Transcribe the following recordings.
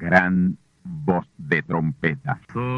gran voz de trompeta.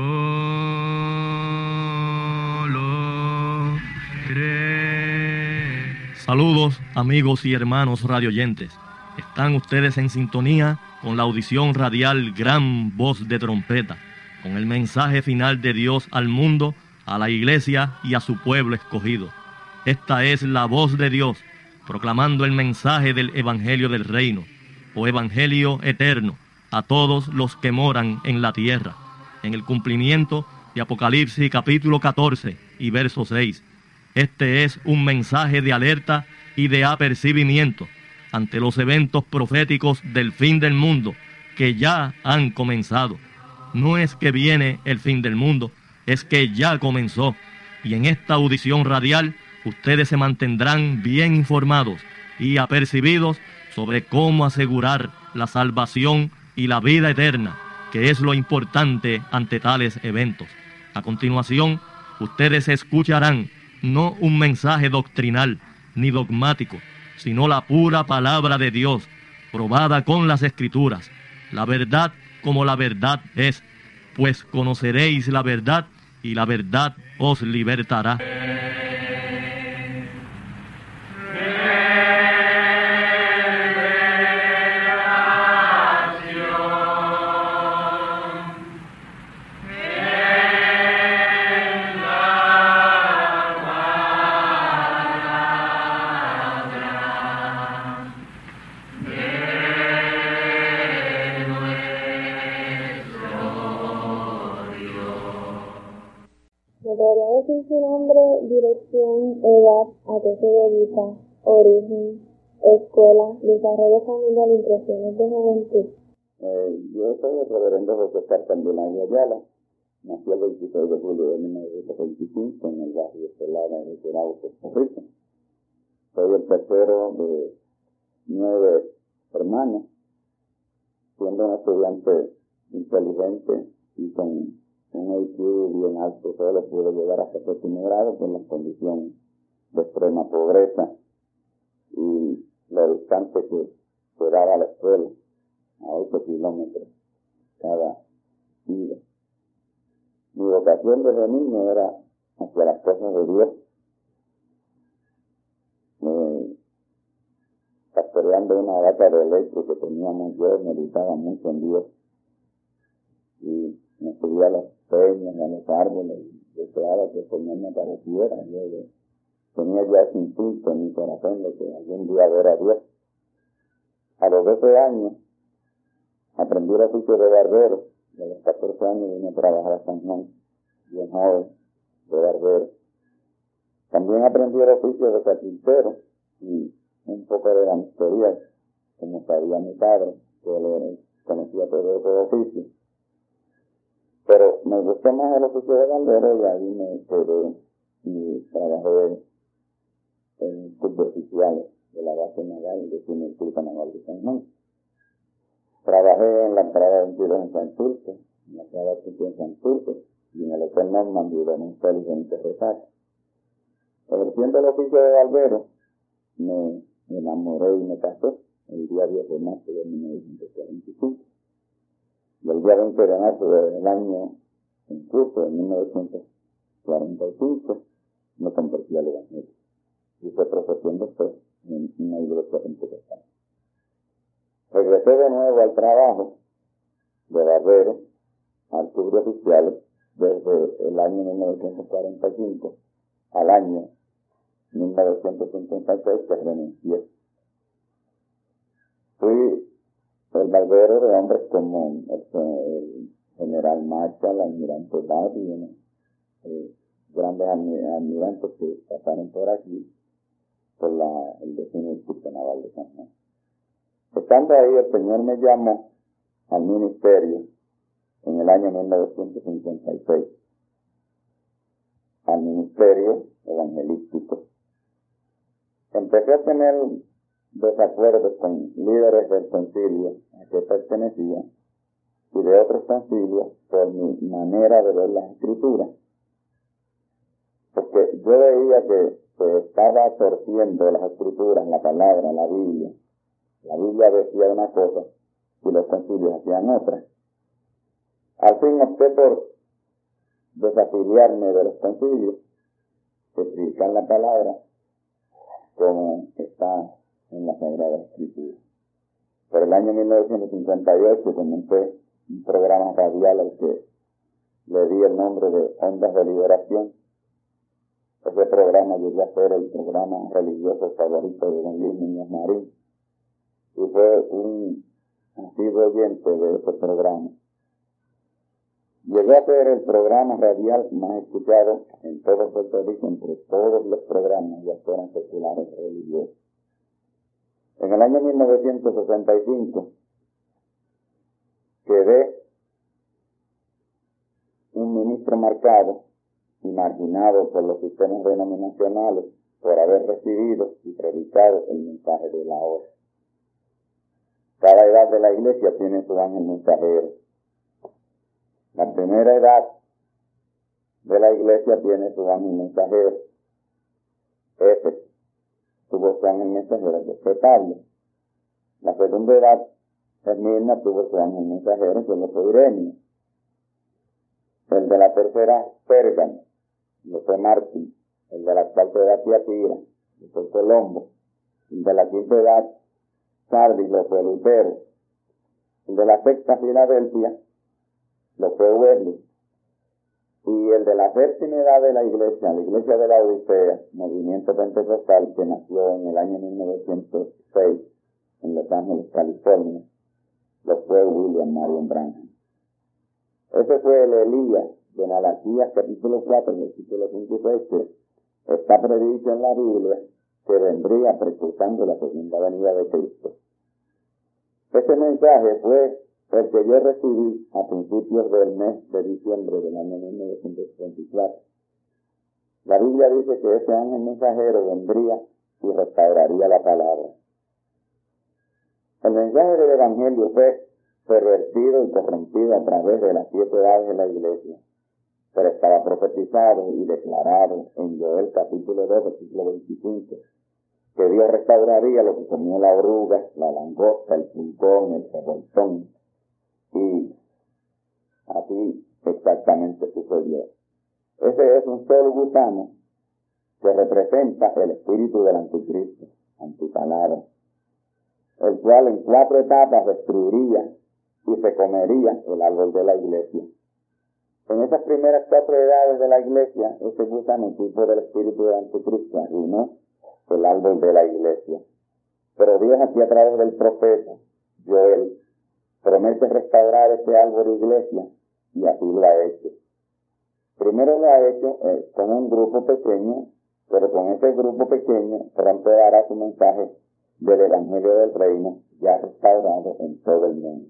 Solo cree. Saludos, amigos y hermanos radioyentes. Están ustedes en sintonía con la audición radial Gran Voz de Trompeta, con el mensaje final de Dios al mundo, a la iglesia y a su pueblo escogido. Esta es la voz de Dios, proclamando el mensaje del Evangelio del Reino, o Evangelio eterno, a todos los que moran en la tierra, en el cumplimiento de Apocalipsis capítulo 14 y verso 6. Este es un mensaje de alerta y de apercibimiento ante los eventos proféticos del fin del mundo que ya han comenzado. No es que viene el fin del mundo, es que ya comenzó. Y en esta audición radial, ustedes se mantendrán bien informados y apercibidos sobre cómo asegurar la salvación y la vida eterna, que es lo importante ante tales eventos. A continuación, ustedes escucharán no un mensaje doctrinal ni dogmático, sino la pura palabra de Dios, probada con las Escrituras, la verdad como la verdad es, pues conoceréis la verdad y la verdad os libertará. Podría decir su nombre, dirección, edad, a qué se dedica, origen, escuela, desarrollo familiar, impresiones de juventud. Yo soy el reverendo José Candelaria Ayala. Nací el 26 de julio de 1925 en el barrio Solana de Curabo, Puerto Rico. Soy el tercero de 9 hermanos, siendo un estudiante inteligente y con un IQ bien alto. Solo pude llegar hasta el 7º grado por las condiciones de extrema pobreza y lo distante que quedaba la escuela, a 8 kilómetros cada día. Mi vocación desde niño era hacia las cosas de Dios, pastoreando una vaca de leche que teníamos. Yo meditaba mucho en Dios y me subía a las peñas, a los árboles, y deseaba que el Señor me apareciera. Yo tenía ya ese instinto en mi corazón de que algún día ver a Dios. A los 12 años aprendí el oficio de barbero, y a los 14 años vine a trabajar a San Juan, bien joven, de barbero. También aprendí el oficio de carpintero y un poco de banistería, como sabía mi padre, que él conocía todo ese oficio. Pero me gustó más el oficio de barbero y ahí me quedé y trabajé en clubes oficiales de la base naval de el Club Naval de San Juan. Trabajé en la entrada 22 en Santurce, en la entrada 22 en Santurce y en el Hotel Normandy de Montelis en Rosario. Ejerciendo el oficio de barbero, me enamoré y me casé el día 10 de marzo de 1945. Y el día 20 de marzo del año en curso, de 1945, me convertí al Evangelio. Hice profesión de fe en una iglesia pentecostal. Regresé de nuevo al trabajo de barbero, al club de oficiales, desde el año 1945 al año 1956, que renuncié. Fui el barbero de hombres como el general Marshall, el almirante Barbie, grandes almirantes que pasaron por aquí, por el vecino Instituto Naval de San Juan. Estando ahí, el Señor me llamó al ministerio en el año 1956, al ministerio evangelístico. Empecé a tener desacuerdos con líderes del concilio a que pertenecía y de otros concilios por mi manera de ver las Escrituras, porque yo veía que se estaba torciendo las Escrituras, la palabra, la Biblia. La Biblia decía una cosa y los concilios hacían otra. Al fin opté por desafiliarme de los concilios, explicar la palabra como está en la Sagrada Escritura. Por el año 1958 comencé un programa radial al que le di el nombre de Ondas de Liberación. Ese programa llegó a ser el programa religioso favorito de don Luis Muñoz Marín y fue un antiguo oyente de ese programa. Llegó a ser el programa radial más escuchado en todo Puerto Rico, entre todos los programas, ya fueran seculares o religiosos. En el año 1965 quedé un ministro marcado y marginado por los sistemas denominacionales por haber recibido y predicado el mensaje de la hora. Cada edad de la iglesia tiene su ángel mensajero. La primera edad de la iglesia tiene su ángel mensajero. Ese tuvo su ángel mensajero, que fue Pablo. La segunda edad, Esmirna, tuvo su ángel mensajero, que fue Ireneo. El de la tercera, Pérgamo, lo fue Martín. El de la cuarta edad, Tiatira, lo fue Colombo. El de la quinta edad, Sardis, lo fue Lutero. El de la sexta, Filadelfia, lo fue Wesley. Y el de la séptima edad de la iglesia de la Odisea, movimiento pentecostal, que nació en el año 1906 en Los Ángeles, California, lo fue William Marion Branham. Ese fue el Elías de Malaquías capítulo 4, versículo 56, que está predicho en la Biblia, que vendría precursando la segunda venida de Cristo. Ese mensaje fue el que yo recibí a principios del mes de diciembre del año 1924. La Biblia dice que ese ángel mensajero vendría y restauraría la palabra. El mensaje del Evangelio fue pervertido y corrompido a través de las 7 edades de la iglesia, pero estaba profetizado y declarado en Joel capítulo 2, versículo 25, que Dios restauraría lo que comió la oruga, la langosta, el pulgón, el revoltón, y así exactamente sucedió. Ese es un solo gusano que representa el espíritu del anticristo, antipalabra, el cual en 4 etapas destruiría y se comería el árbol de la iglesia. En esas primeras 4 edades de la iglesia, ese gusano tipo del espíritu del anticristo arruinó el árbol de la iglesia. Pero Dios aquí a través del profeta Joel promete restaurar ese árbol de iglesia y así lo ha hecho. Primero lo ha hecho con un grupo pequeño, pero con ese grupo pequeño pronto dará su mensaje del Evangelio del Reino ya restaurado en todo el mundo.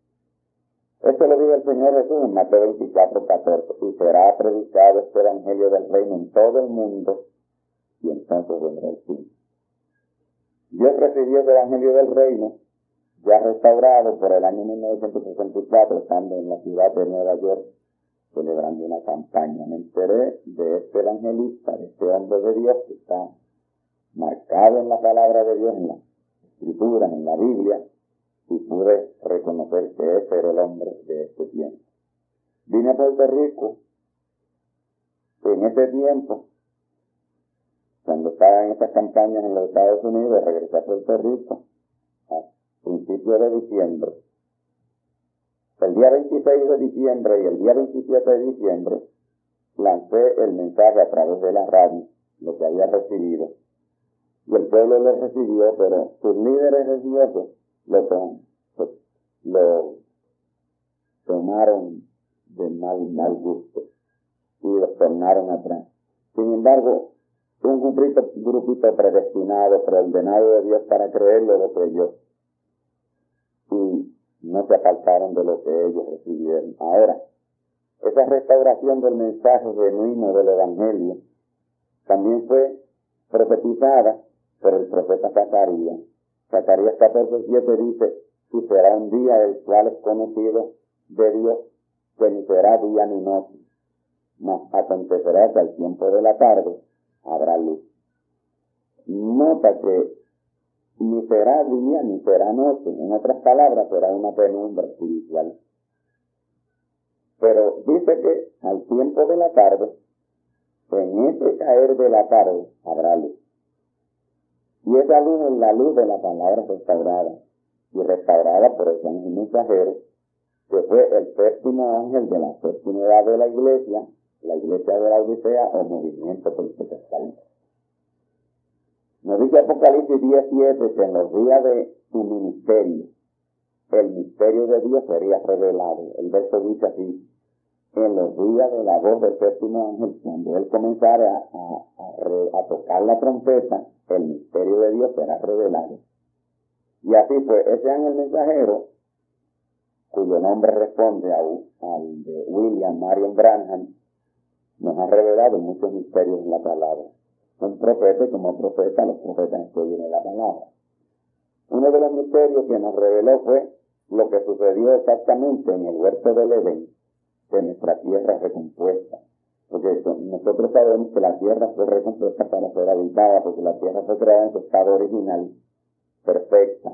Esto lo dice el Señor Jesús en Mateo 24, 14, y será predicado este Evangelio del Reino en todo el mundo, y entonces vendrá el fin. Dios recibió ese Evangelio del Reino ya restaurado por el año 1964, estando en la ciudad de Nueva York, celebrando una campaña. Me enteré de este evangelista, de este hombre de Dios que está marcado en la palabra de Dios, en las escrituras, en la Biblia, y pude reconocer que ese era el hombre de este tiempo. Vine a Puerto Rico en ese tiempo, cuando estaba en esas campañas en los Estados Unidos, regresé a Puerto Rico a principios de diciembre. El día 26 de diciembre y el día 27 de diciembre lancé el mensaje a través de la radio, lo que había recibido. Y el pueblo lo recibió, pero sus líderes religiosos lo tomaron de mal gusto y los tornaron atrás. Sin embargo, un grupito predestinado, preordenado de Dios para creerlo, lo creyó. Y no se apartaron de lo que ellos recibieron. Ahora, esa restauración del mensaje genuino del Evangelio también fue profetizada por el profeta Zacarías. Zacarías 14:7 dice: y será un día el cual es conocido de Dios, que ni será día ni noche, mas acontecerá que al tiempo de la tarde habrá luz. Nota que ni será día ni será noche, en otras palabras será una penumbra espiritual. dice que al tiempo de la tarde, en ese caer de la tarde, habrá luz. Y esa luz es la luz de la palabra restaurada, y restaurada por el ángel mensajero, que fue el séptimo ángel de la séptima edad de la iglesia de la Odisea o movimiento pentecostal. Nos dice Apocalipsis 17 que en los días de su ministerio, el misterio de Dios sería revelado. El verso dice así: en los días de la voz del séptimo ángel, cuando él comenzara a tocar la trompeta, el misterio de Dios será revelado. Y así pues, ese ángel mensajero, cuyo nombre responde al de William Marion Branham, nos ha revelado muchos misterios en la palabra. Un profeta, y como profeta, los profetas estudian la palabra. Uno de los misterios que nos reveló fue lo que sucedió exactamente en el huerto del Edén, de nuestra tierra recompuesta. Porque nosotros sabemos que la tierra fue recompuesta para ser habitada, porque la tierra fue creada en su estado original, perfecta.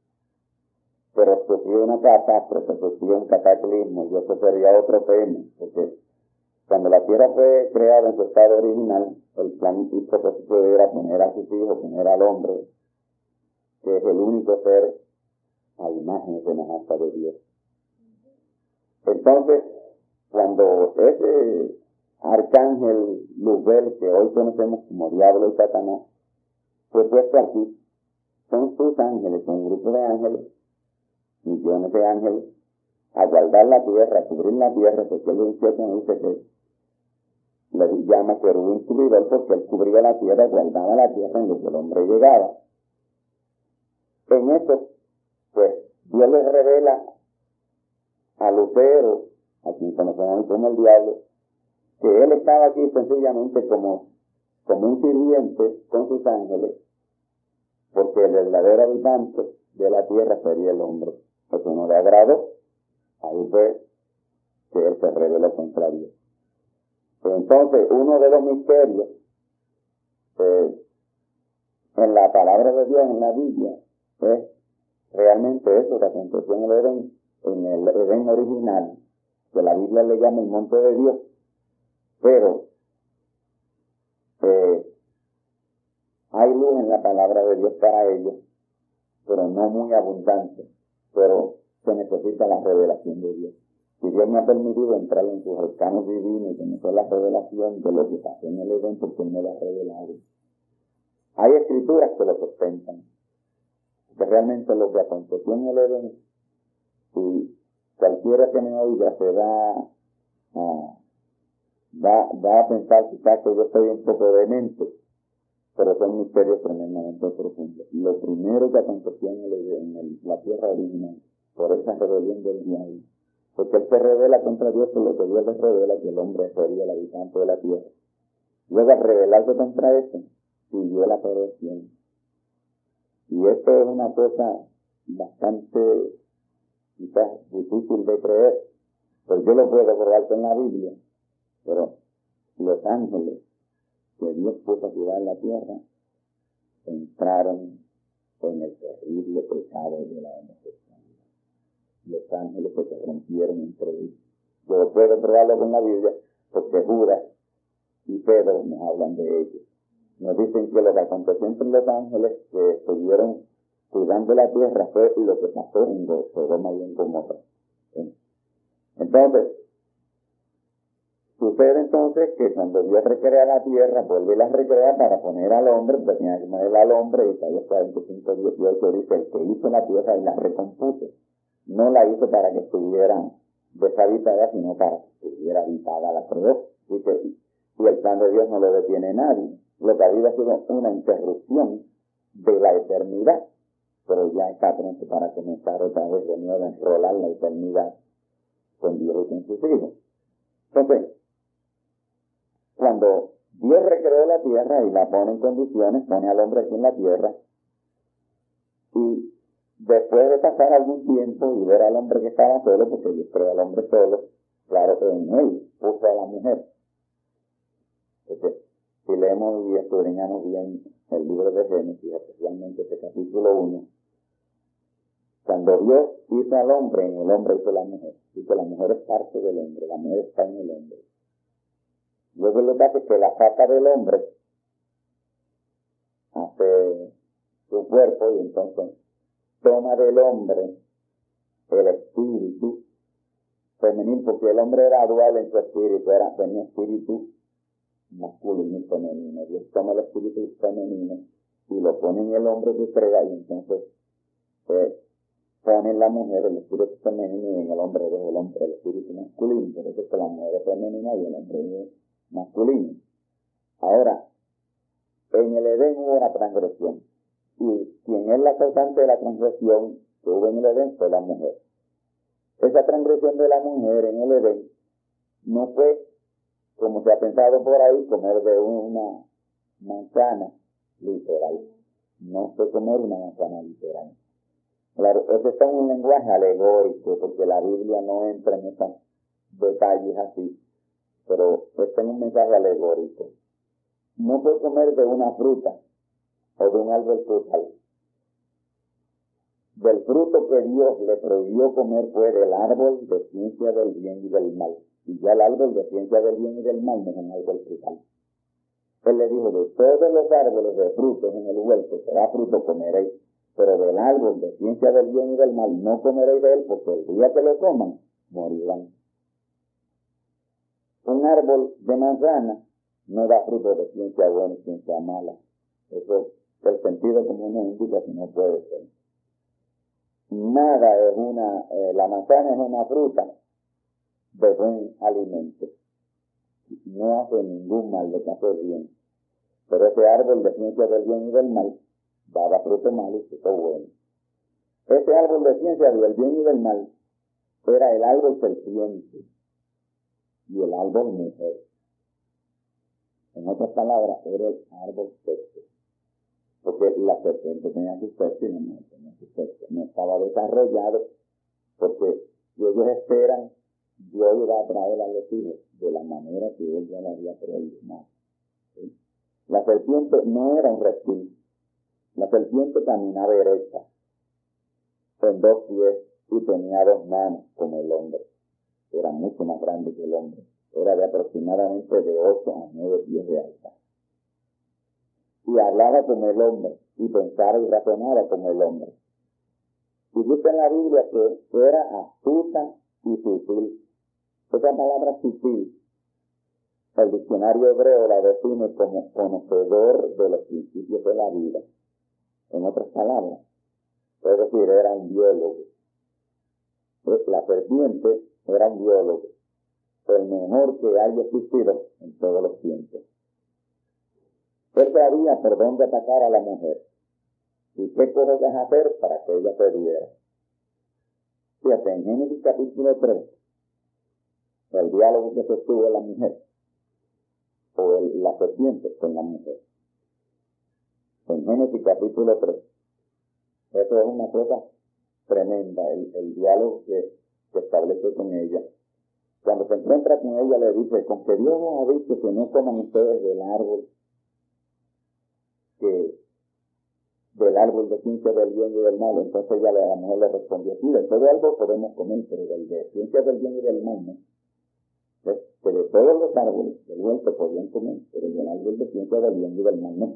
Pero sufrió una catástrofe, sufrió un cataclismo, y eso sería otro tema, porque cuando la tierra fue creada en su estado original, el plan y propósito era poner a sus hijos, poner al hombre, que es el único ser a imagen y semejanza de Dios. Entonces, cuando ese arcángel Luzbel, que hoy conocemos como diablo y Satanás, fue puesto aquí, son sus ángeles, son un grupo de ángeles, millones de ángeles, a guardar la tierra, a cubrir la tierra, porque el 27 nos dice que le llama querubín cubridor, porque él cubría la tierra, guardaba la tierra en lo que el hombre llegaba. En esto, pues, Dios les revela a Lucero, a quien conocemos como el diablo, que él estaba aquí sencillamente como un sirviente con sus ángeles, porque el verdadero habitante de la tierra sería el hombre. Eso no le agradó. Ahí fue que él se rebeló contra Dios. Entonces, uno de los misterios en la palabra de Dios, en la Biblia, es realmente eso que aconteció en el Edén original, que la Biblia le llama el monte de Dios. Pero hay luz en la palabra de Dios para ellos, pero no muy abundante. Pero se necesita la revelación de Dios. Si Dios me ha permitido entrar en sus arcanos divinos y conocer la revelación de lo que pasó en el Edén, porque Él me lo ha revelado. Hay escrituras que lo sustentan, que realmente lo que aconteció en el Edén, y cualquiera que me oiga se va a pensar quizás que yo estoy un poco demente, pero son misterios tremendamente profundos. Lo primero que aconteció en la tierra original, por esa rebelión del diablo, porque él se revela contra Dios por lo que Dios les revela, que el hombre sería el habitante de la tierra. Luego, al rebelarse contra eso, siguió la perversión. Y esto es una cosa bastante, quizás, difícil de creer, pero yo lo puedo probar con la Biblia. Pero los ángeles que Dios puso a cuidar la tierra entraron en el terrible pecado de la homosexualidad. Los ángeles que se rompieron entre ellos. Yo puedo probarlo con la Biblia, porque Judas y Pedro nos hablan de ellos. Nos dicen que lo que aconteció entre los ángeles que estuvieron cuidando la tierra fue lo que pasó en Sodoma y en Gomorra. Entonces, sucede entonces que cuando Dios recrea la tierra, vuelve y la recrea para poner al hombre, porque tenía que poner al hombre, y Isaías 45:18 dice: el que hizo la tierra y la recompuso. No la hizo para que estuviera deshabitada, sino para que estuviera habitada, la creó. Y el plan de Dios no lo detiene nadie. Lo que había sido una interrupción de la eternidad, pero ya está pronto para comenzar otra vez de nuevo a enrolar la eternidad con Dios y con sus hijos. Entonces, cuando Dios recreó la tierra y la pone en condiciones, pone al hombre aquí en la tierra, y después de pasar algún tiempo y ver al hombre que estaba solo, porque Dios creó al hombre solo, claro que en él puso a la mujer. Porque si leemos y escudriñamos bien el libro de Génesis, especialmente este capítulo 1, Cuando Dios hizo al hombre, en el hombre hizo la mujer. Y que la mujer es parte del hombre, la mujer está en el hombre. Luego lo que pasa es que la saca del hombre hace su cuerpo y entonces toma del hombre el espíritu femenino, porque el hombre era dual en su espíritu, tenía espíritu masculino y femenino. Dios toma el espíritu femenino y lo pone en el hombre que crea y entonces pone en la mujer el espíritu femenino y en el hombre el espíritu masculino. Por eso es que la mujer es femenina y el hombre es masculino. Ahora, en el Edén hubo una transgresión y quien es la causante de la transgresión que hubo en el Edén fue la mujer. Esa transgresión de la mujer en el Edén no fue, como se ha pensado por ahí, comer de una manzana literal. No fue comer una manzana literal. Claro, eso está en un lenguaje alegórico, porque la Biblia no entra en esos detalles así, pero está en un mensaje alegórico. No fue comer de una fruta o de un árbol frutal. Del fruto que Dios le prohibió comer fue del árbol de ciencia del bien y del mal. Y ya el árbol de ciencia del bien y del mal no es un árbol frutal. Él le dijo, de todos los árboles de frutos en el huerto será fruto comeréis, pero del árbol de ciencia del bien y del mal no comeréis de él, porque el día que lo coman, morirán. Un árbol de manzana no da fruto de ciencia buena y ciencia mala. Eso es el sentido común nos indica que no puede ser. Nada es la manzana es una fruta de buen alimento. No hace ningún mal, lo que hace bien. Pero ese árbol de ciencia del bien y del mal daba fruto malo y fruto bueno. Ese árbol de ciencia del bien y del mal era el árbol serpiente y el árbol mujer. En otras palabras, era el árbol sexo. Porque la serpiente tenía su sexo y la mujer tenía su sexo. No estaba desarrollado porque ellos esperan Dios iba a traer a los hijos de la manera que él ya lo había preordenado. ¿Sí? La serpiente no era un reptil. La serpiente caminaba derecha, en 2 pies y tenía 2 manos como el hombre. Era mucho más grande que el hombre. Era de aproximadamente de 8 a 9 pies de alta. Y hablaba como el hombre, y pensaba y razonaba como el hombre. Y dice en la Biblia que era astuta y sutil. Esa palabra sutil, el diccionario hebreo la define como conocedor de los principios de la vida. En otras palabras, es decir, era un biólogo. La serpiente era un biólogo, el mejor que haya existido en todos los tiempos. Él sabía por dónde atacar a la mujer y qué cosas hacer para que ella perdiera. Fíjate, en Génesis capítulo 3, el diálogo que sostuvo la mujer, o la serpiente con la mujer. En Génesis capítulo 3, eso es una cosa tremenda, el diálogo que establece con ella. Cuando se encuentra con ella le dice, con que Dios os ha dicho que no coman ustedes del árbol de ciencia del bien y del mal. Entonces ella, la mujer le respondió, sí, de todo árbol podemos comer, pero del de ciencia del bien y del mal no. Entonces, que de todos los árboles del huerto podían comer, pero del árbol de ciencia del bien y del mal no.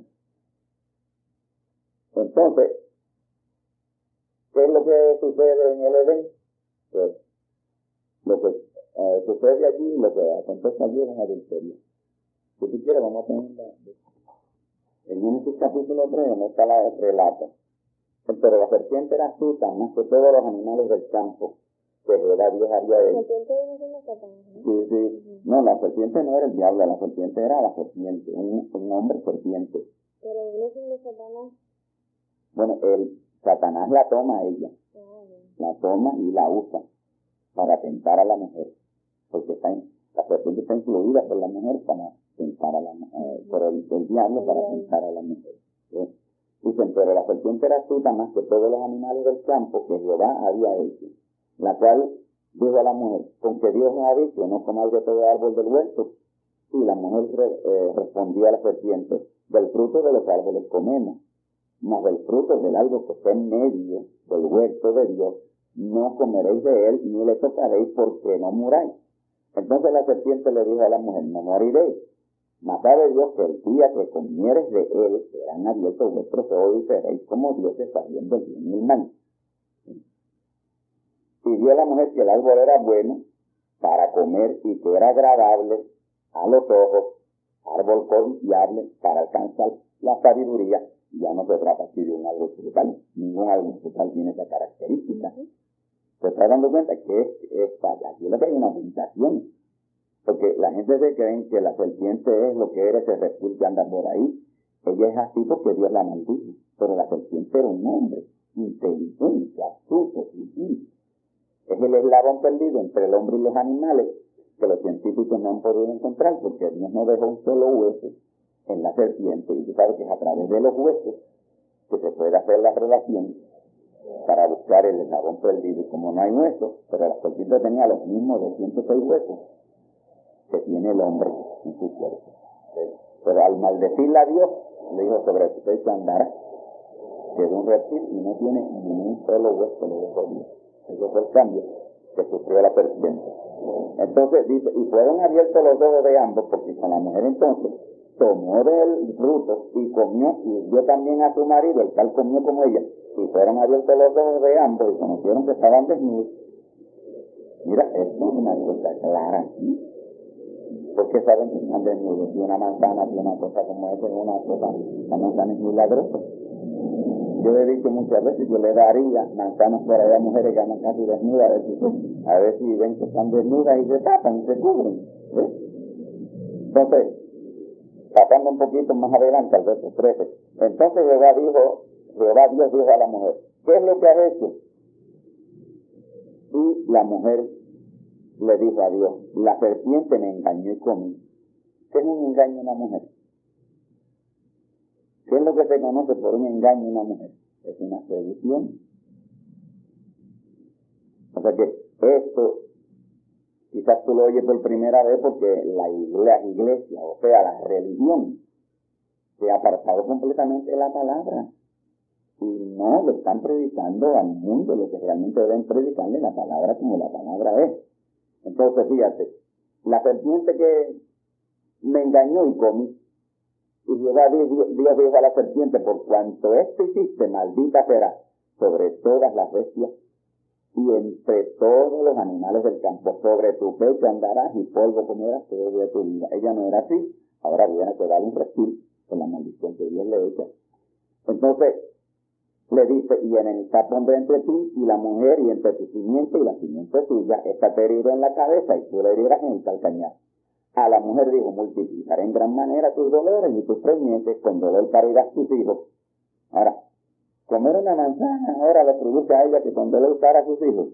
Entonces, ¿qué es lo que sucede en el Edén? Pues, lo que sucede allí, lo que acontece allí es un adulterio. Si tú quieres, vamos a ponerla. En Génesis capítulo 3 no está el relato. Pero la serpiente era astuta más que todos los animales del campo que Jehová Dios había hecho. ¿La serpiente viene siendo Satanás? Sí, sí. No, la serpiente no era el diablo, la serpiente era la serpiente, un hombre serpiente. Pero viene siendo Satanás. Bueno, Satanás la toma a ella. La toma y la usa para tentar a la mujer. Porque la serpiente está incluida por la mujer para tentar a la mujer, por el diablo para tentar a la mujer. ¿Sí? Dicen, pero la serpiente era astuta más que todos los animales del campo que Jehová había hecho, la cual dijo a la mujer, con que Dios nos ha dicho, no comáis de todo árbol del huerto. Y la mujer respondía a la serpiente, del fruto de los árboles comemos, mas del fruto del árbol que está en medio del huerto de Dios, no comeréis de él, ni le tocaréis, porque no muráis. Entonces la serpiente le dijo a la mujer, no moriréis, mas sabe Dios que el día que comieres de él, serán abiertos vuestros ojos y seréis como dioses sabiendo el bien y el mal. Y vio la mujer que el árbol era bueno para comer y que era agradable a los ojos, árbol codiciable para alcanzar la sabiduría. Ya no se trata aquí de un árbol frutal, ningún árbol frutal tiene esa característica. Se está dando cuenta que aquí lo que hay una tentación, porque la gente se cree que la serpiente es lo que era ese reptil que anda por ahí. Ella es así porque Dios la maldijo, pero la serpiente era un hombre inteligente, astuto, sutil. Es el eslabón perdido entre el hombre y los animales que los científicos no han podido encontrar, porque Dios no dejó un solo hueso en la serpiente, y tú sabes que es a través de los huesos que se puede hacer la relación para buscar el eslabón perdido. Y como no hay huesos, pero la serpiente tenía los mismos 206 huesos que tiene el hombre en su cuerpo. Pero al maldecirle a Dios, le dijo, sobre su pecho andará, que es un reptil y no tiene ni un solo hueso, le dejó Dios. Ese fue el cambio que sufrió la serpiente. Entonces dice, y fueron abiertos los ojos de ambos, porque con la mujer entonces tomó del fruto y comió, y dio también a su marido, el cual comió como ella, y fueron abiertos los ojos de ambos y conocieron que estaban desnudos. Mira, esto es una cosa clara, ¿sí? Porque saben que están desnudos, y una manzana, y una cosa como esa, es una cosa, la manzana es milagrosa. Yo he dicho muchas veces, yo le daría manzanas por allá a mujeres que andan casi desnudas, a ver si ven que están desnudas y se tapan y se cubren. Entonces, pasando un poquito más adelante al verso 13, entonces Jehová Dios dijo a la mujer, ¿qué es lo que has hecho? Y la mujer le dijo a Dios, la serpiente me engañó y comí. ¿Qué es un engaño a una mujer? ¿Qué es lo que se conoce por un engaño a una mujer? Es una seducción. O sea que esto, quizás tú lo oyes por primera vez porque la iglesia, o sea, la religión, se ha apartado completamente de la palabra. Y no le están predicando al mundo lo que realmente deben predicarle la palabra como la palabra es. Entonces, fíjate, la serpiente que me engañó y comí. Y Dios dijo a la serpiente, por cuanto esto hiciste, maldita será sobre todas las bestias y entre todos los animales del campo. Sobre tu pecho andarás y polvo comerás todo el día de tu vida. Ella no era así, ahora viene a quedar un reptil con la maldición que Dios le echa. Entonces le dice, y enemistad pondré entre ti y la mujer, y entre tu simiente y la simiente suya. Esta te herirá en la cabeza y tú le herirás en el calcañar. A la mujer dijo, multiplicaré en gran manera tus dolores y tus preñeces, con dolor parirás tus hijos. Ahora, comer una manzana ahora le produce a ella que con dolor para sus hijos.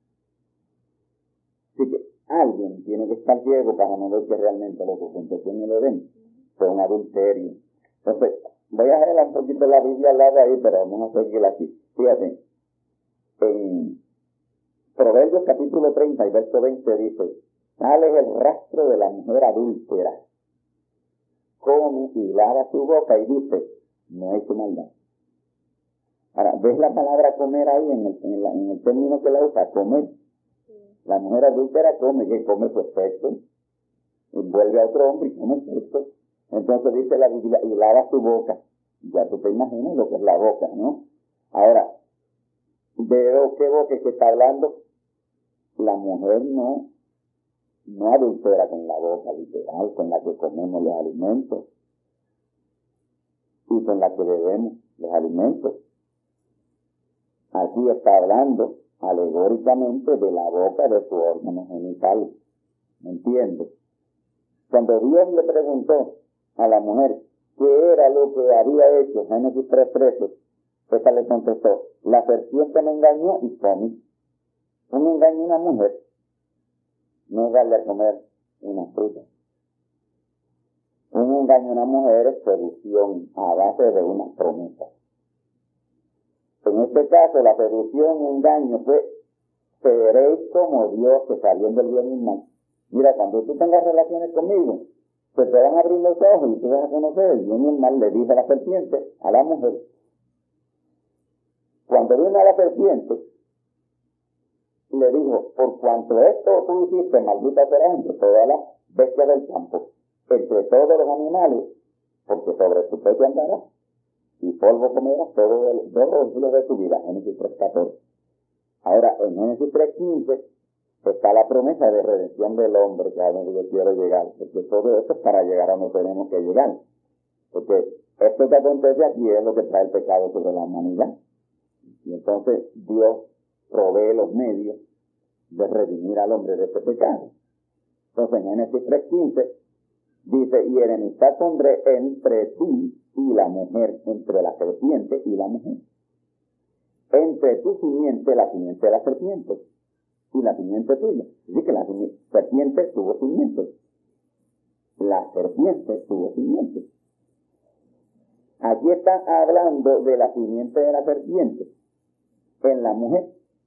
Así que alguien tiene que estar ciego para no ver que realmente lo que aconteció en el Edén fue un adulterio. Entonces, voy a dejar un poquito la Biblia al lado ahí, pero vamos a seguir aquí. Fíjate, en Proverbios capítulo 30 y verso 20 dice, tal es el rastro de la mujer adúltera. Come y lava su boca y dice, no hay su maldad. Ahora, ¿ves la palabra comer ahí en el término que la usa? Comer. La mujer adúltera come, que come pues sexo, y vuelve a otro hombre y come sexo. Entonces dice la Biblia, y lava su boca. Ya tú te imaginas lo que es la boca, ¿no? Ahora, ¿de qué boca que está hablando? La mujer no adultera con la boca literal, con la que comemos los alimentos y con la que bebemos los alimentos. Aquí está hablando alegóricamente de la boca de su órgano genital. ¿Me entiendes? Cuando Dios le preguntó a la mujer qué era lo que había hecho, Génesis 3:13, esta le contestó, la serpiente me engañó y comí. Un engaño a una mujer no es darle a comer una fruta. Un engaño a una mujer es seducción a base de una promesa. En este caso, la seducción y engaño fue, seréis como Dios, que sabiendo el bien y el mal. Mira, cuando tú tengas relaciones conmigo, pues te van a abrir los ojos y tú vas a conocer el bien y el mal, le dice la serpiente a la mujer. Cuando vino a la serpiente, le dijo, por cuanto esto tú hiciste, maldita serás entre todas las bestias del campo, entre todos los animales, porque sobre tu pecho andarás, y polvo comerás todos los días de tu vida. Génesis 3:14. Ahora, en Génesis 3:15 está la promesa de redención del hombre, que a donde yo quiero llegar, porque todo esto es para llegar a donde tenemos que llegar. Porque esto que acontece aquí es lo que trae el pecado sobre la humanidad. Y entonces Dios provee los medios de redimir al hombre de ese pecado. Entonces en Génesis 3:15 dice, y enemistad pondré entre ti y la mujer, entre la serpiente y la mujer. Entre tu simiente, la simiente de la serpiente, y la simiente tuya. Así que la serpiente tuvo simiente. La serpiente tuvo simiente. Aquí están hablando de la simiente de la serpiente en la mujer,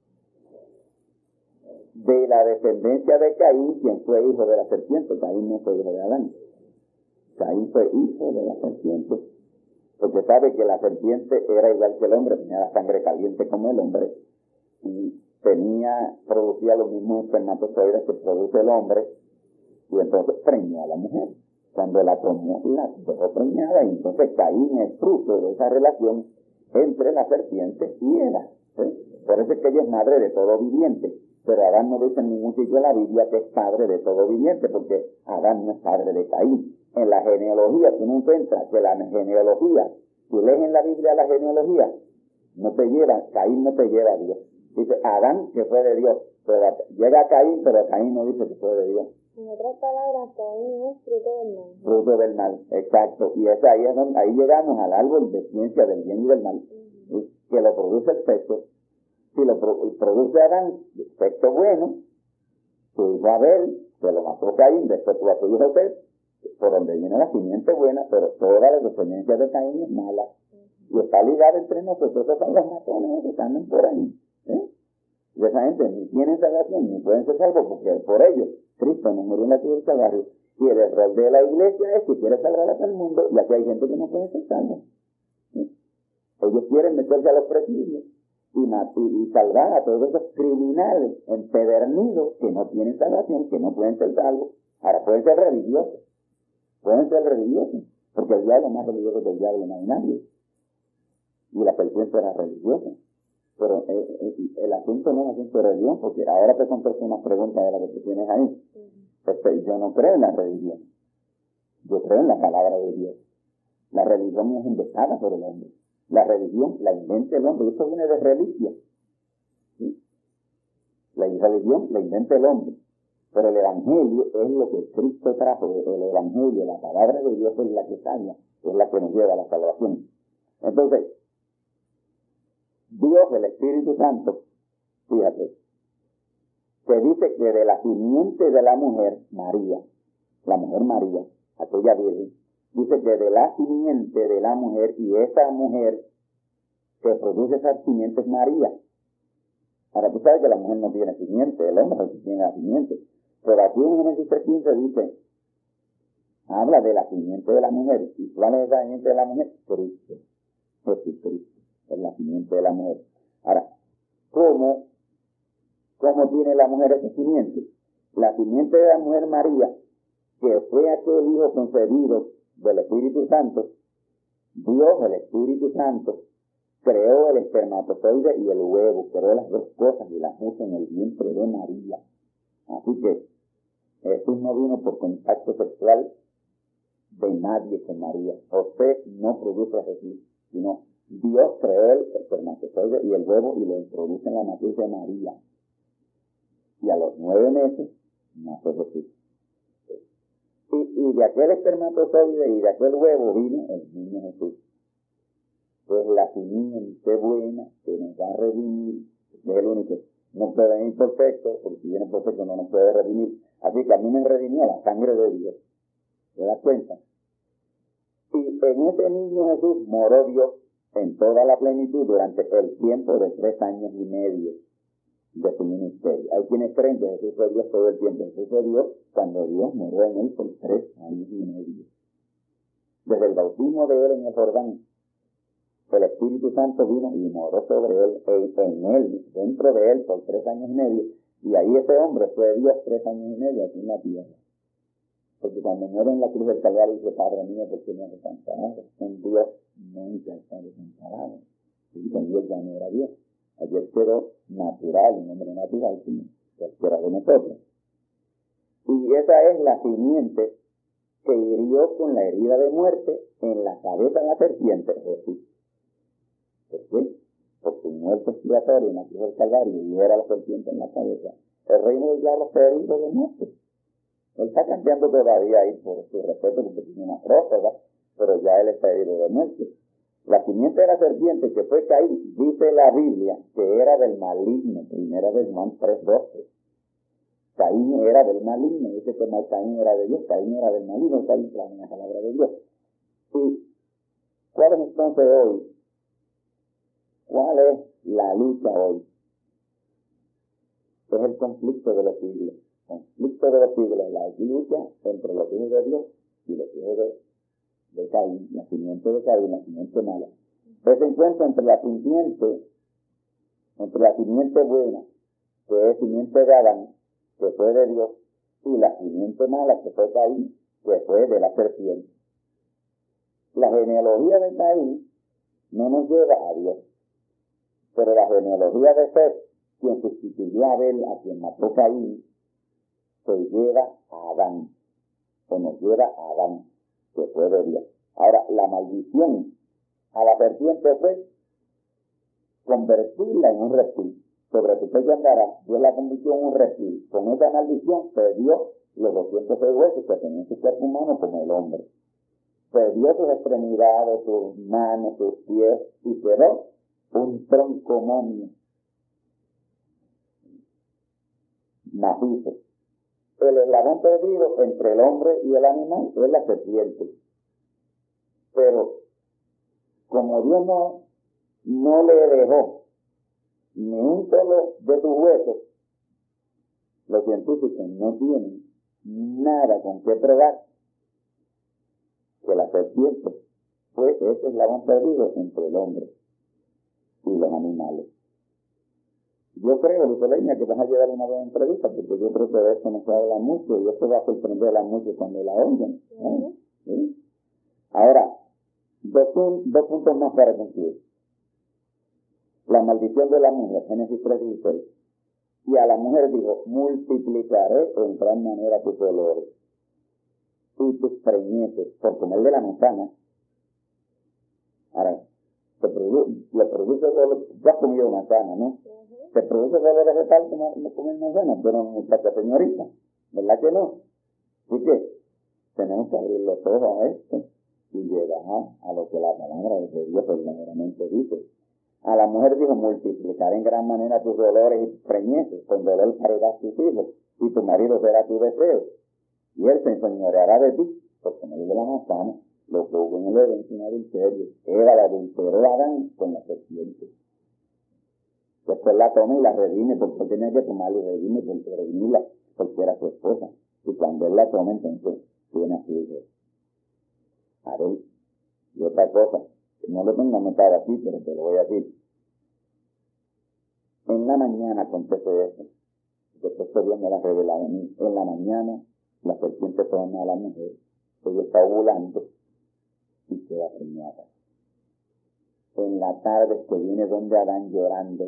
de la descendencia de Caín, quien fue hijo de la serpiente. Caín no fue hijo de Adán. Caín fue hijo de la serpiente, porque sabe que la serpiente era igual que el hombre, tenía la sangre caliente como el hombre, y producía los mismos espermatozoides que produce el hombre, y entonces preñó a la mujer. Cuando la tomó, la dejó preñada, y entonces Caín es fruto de esa relación entre la serpiente y ella. Por eso es que ella es madre de todo viviente. Pero Adán no dice en ningún sitio de la Biblia que es padre de todo viviente, porque Adán no es padre de Caín. En la genealogía, tú no encuentras que la genealogía, tú lees en la Biblia la genealogía, no te lleva, Caín no te lleva a Dios. Dice Adán que fue de Dios, pero llega a Caín, pero Caín no dice que fue de Dios. En otras palabras, Caín es fruto del mal. Fruto del mal, exacto. Y ahí llegamos al árbol de ciencia del bien y del mal, que lo produce el sexo. Si lo produce Adán, sexo bueno, su hijo Abel, se lo mató Caín, después tuvo a su hijo Seth, por donde viene la simiente buena, pero toda la descendencia de Caín es mala. Y está ligada entre nosotros, esos son los matones que andan por ahí. Y esa gente ni tienen salvación, ni pueden ser salvos, porque por ellos Cristo no murió en la cruz del Calvario. Y el error de la iglesia es que quiere salvar a todo el mundo, y aquí hay gente que no puede ser salva. Ellos quieren meterse a los presidios y salvar a todos esos criminales empedernidos que no tienen salvación, que no pueden ser salvos. Ahora pueden ser religiosos, porque el diablo más religioso del diablo no hay nadie, y la serpiente era religiosa. Pero el asunto no es asunto de religión, porque ahora te contesto una pregunta de la que tú tienes ahí. Yo no creo en la religión, yo creo en la palabra de Dios. La religión es inventada por el hombre. La religión la inventa el hombre, esto viene de reliquia. ¿Sí? La religión la inventa el hombre, pero el evangelio es lo que Cristo trajo. El evangelio, la palabra de Dios es la que salva, es la que nos lleva a la salvación. Entonces, Dios, el Espíritu Santo, fíjate, que dice que de la simiente de la mujer María, aquella virgen, dice que de la simiente de la mujer, y esa mujer que produce esa simiente es María. Ahora tú sabes que la mujer no tiene simiente, el hombre es el que tiene la simiente. Pero aquí en Génesis 3:15 dice, habla de la simiente de la mujer. ¿Y cuál es la simiente de la mujer? Cristo. Jesucristo es la simiente de la mujer. Ahora, ¿cómo tiene la mujer esa simiente? La simiente de la mujer María, que fue aquel hijo concebido del Espíritu Santo, Dios, el Espíritu Santo, creó el espermatozoide y el huevo, creó las dos cosas y las puso en el vientre de María. Así que Jesús no vino por contacto sexual de nadie con María. José no produce a Jesús, sino Dios creó el espermatozoide y el huevo y lo introduce en la matriz de María. Y a los 9 meses nació Jesús. Y de aquel espermatozoide y de aquel huevo vino el niño Jesús. Es la simiente buena que nos va a redimir, es el único. No puede venir perfecto, porque si viene perfecto no nos puede redimir. Así que a mí me redimió la sangre de Dios. ¿Te das cuenta? Y en ese niño Jesús moró Dios en toda la plenitud durante el tiempo de 3 años y medio de su ministerio. Hay quienes creen que Jesús fue Dios todo el tiempo. Jesús fue Dios cuando Dios moró en él por 3 años y medio. Desde el bautismo de él en el Jordán el Espíritu Santo vino y moró sobre él, en él, dentro de él, por 3 años y medio, y ahí ese hombre fue Dios 3 años y medio aquí en la tierra. Porque cuando muere en la cruz del Calvario dice, Padre mío, ¿por qué me has desamparado? Un Dios nunca está desamparado. Y con Dios ya no era Dios. Ayer quedó natural, un hombre natural, como cualquiera de nosotros. Y esa es la simiente que hirió con la herida de muerte en la cabeza de la serpiente, Jesús. ¿Por qué? Por su muerte expiatoria en la cruz del Calvario y era la serpiente en la cabeza. El reino del diablo fue herido de muerte. Él está cambiando todavía ahí por su respeto porque tiene una prófuga, pero ya él está herido de muerte. La simiente de la serpiente que fue Caín, dice la Biblia, que era del maligno, primera de Juan 3:12. Caín era del maligno, dice que Caín era de Dios, Caín era del maligno, está en la palabra de Dios. ¿Y cuál es entonces hoy? ¿Cuál es la lucha hoy? Es el conflicto de los siglos. Conflicto de los siglos, la lucha entre los hijos de Dios y los hijos de Caín, la simiente de Caín, la simiente mala. Ese encuentro entre la simiente buena, que es simiente de Adán, que fue de Dios, y la simiente mala, que fue Caín, que fue de la serpiente. La genealogía de Caín no nos lleva a Dios, pero la genealogía de Seth, quien sustituyó a Abel, a quien mató Caín, se lleva a Adán, o nos lleva a Adán, que fue de Dios. Ahora, la maldición a la serpiente fue convertirla en un reptil. Sobre tu pecho andará, Dios la convirtió en un reptil. Con esa maldición perdió los 206 huesos que tenía en su cuerpo humano como el hombre. Perdió sus extremidades, sus manos, sus pies, y quedó un tronco momio macizo. El eslabón perdido entre el hombre y el animal es la serpiente. Pero como Dios no le dejó ni un solo de sus huesos, los científicos no tienen nada con qué probar que la serpiente fue ese eslabón perdido entre el hombre y los animales. Yo creo, Luis Leña, que vas a llevar una buena entrevista, porque yo creo que de esto no se habla mucho y esto va a sorprender a muchos cuando la oigan. ¿Sí? Ahora, dos puntos más para concluir. La maldición de la mujer, Génesis 3:16. Y a la mujer dijo, multiplicaré en gran manera tus dolores y tus preñeces por comer de la manzana. Ahora, le produce dolor, ya has comido manzana, ¿no? Te produce dolores de tal como comer manzana, pero muchacha señorita, ¿verdad que no? Así que tenemos que abrir los ojos a esto y llegar a lo que la palabra de Dios verdaderamente dice. A la mujer dijo, multiplicar en gran manera tus dolores y tus preñeces, con dolor parirás tus hijos, y tu marido será tu deseo, y él se enseñoreará de ti, por comer de la manzana, lo que hubo en el Edén sin adulterio. Eva la adulteró a Adán con la serpiente. Después la toma y la redime, porque tenía que tomarla y redimirla, porque era su esposa. Y cuando él la toma, entonces tiene a su hijo. A ver, y otra cosa, que no lo tengo anotado aquí, pero te lo voy a decir. En la mañana acontece eso. Después que Dios me la revelado a mí. En la mañana, la serpiente toma a la mujer, ella está ovulando y queda preñada. En la tarde que viene donde Adán llorando,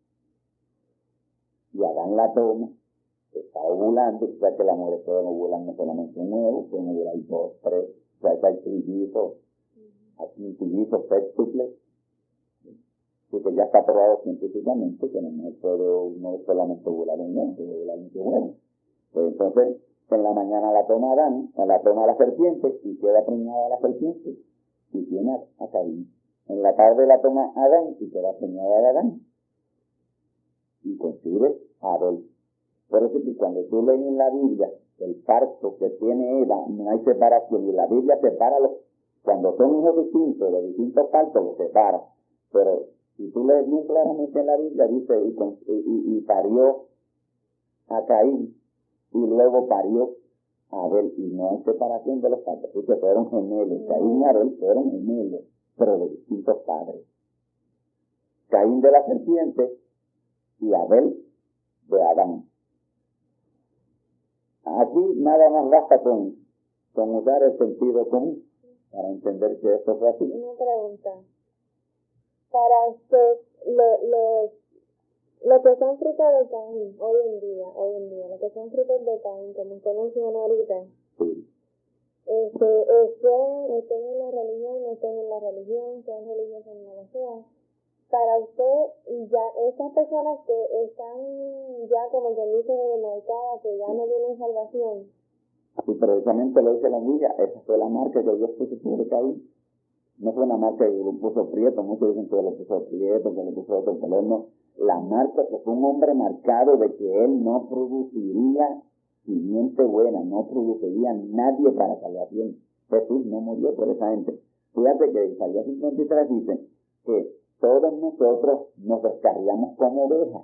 y Adán la toma, está ovulando, o sea que las mujeres pueden ovular no solamente un huevo, pueden ovular 2, 3, o sea que hay trillizos sextuple, y que ya está probado científicamente que la mujer puede no solamente ovular un huevo, puede ovular muchos huevos. Pues entonces, en la mañana la toma Adán, la toma la serpiente, y queda preñada la serpiente, y tiene a Caín. En la tarde la toma Adán, y queda preñada de Adán, y concibe a Abel. Por eso que cuando tú lees en la Biblia el parto que tiene Eva, no hay separación, y la Biblia separa cuando son hijos distintos, de distintos partos, los separa. Pero si tú lees bien claramente en la Biblia, dice, y parió a Caín, y luego parió a Abel, y no hay separación de los partos, porque fueron gemelos. Caín y Abel fueron gemelos, pero de distintos padres. Caín de la serpiente y Abel de Adán. Aquí nada más basta con usar el sentido común para entender que esto fue así. Una pregunta. Para usted, lo que son frutos de Caín hoy en día, lo que son frutos de Caín, como usted mencionó ahorita, Sí. estén en la religión, no estén en la religión, sean religiosos o no lo sean. Para usted, ya esas personas que están ya como que dice demarcadas, que ya no tienen salvación. Así precisamente lo dice la Biblia, esa fue la marca que Dios puso sobre Caín. No fue una marca que lo puso Prieto, muchos dicen que lo puso Prieto, que lo puso otro color, no. La marca que fue un hombre marcado de que él no produciría simiente buena, no produciría nadie para salvación. Jesús no murió por esa gente. Fíjate que Isaías 53 dice que todos nosotros nos descarriamos como ovejas.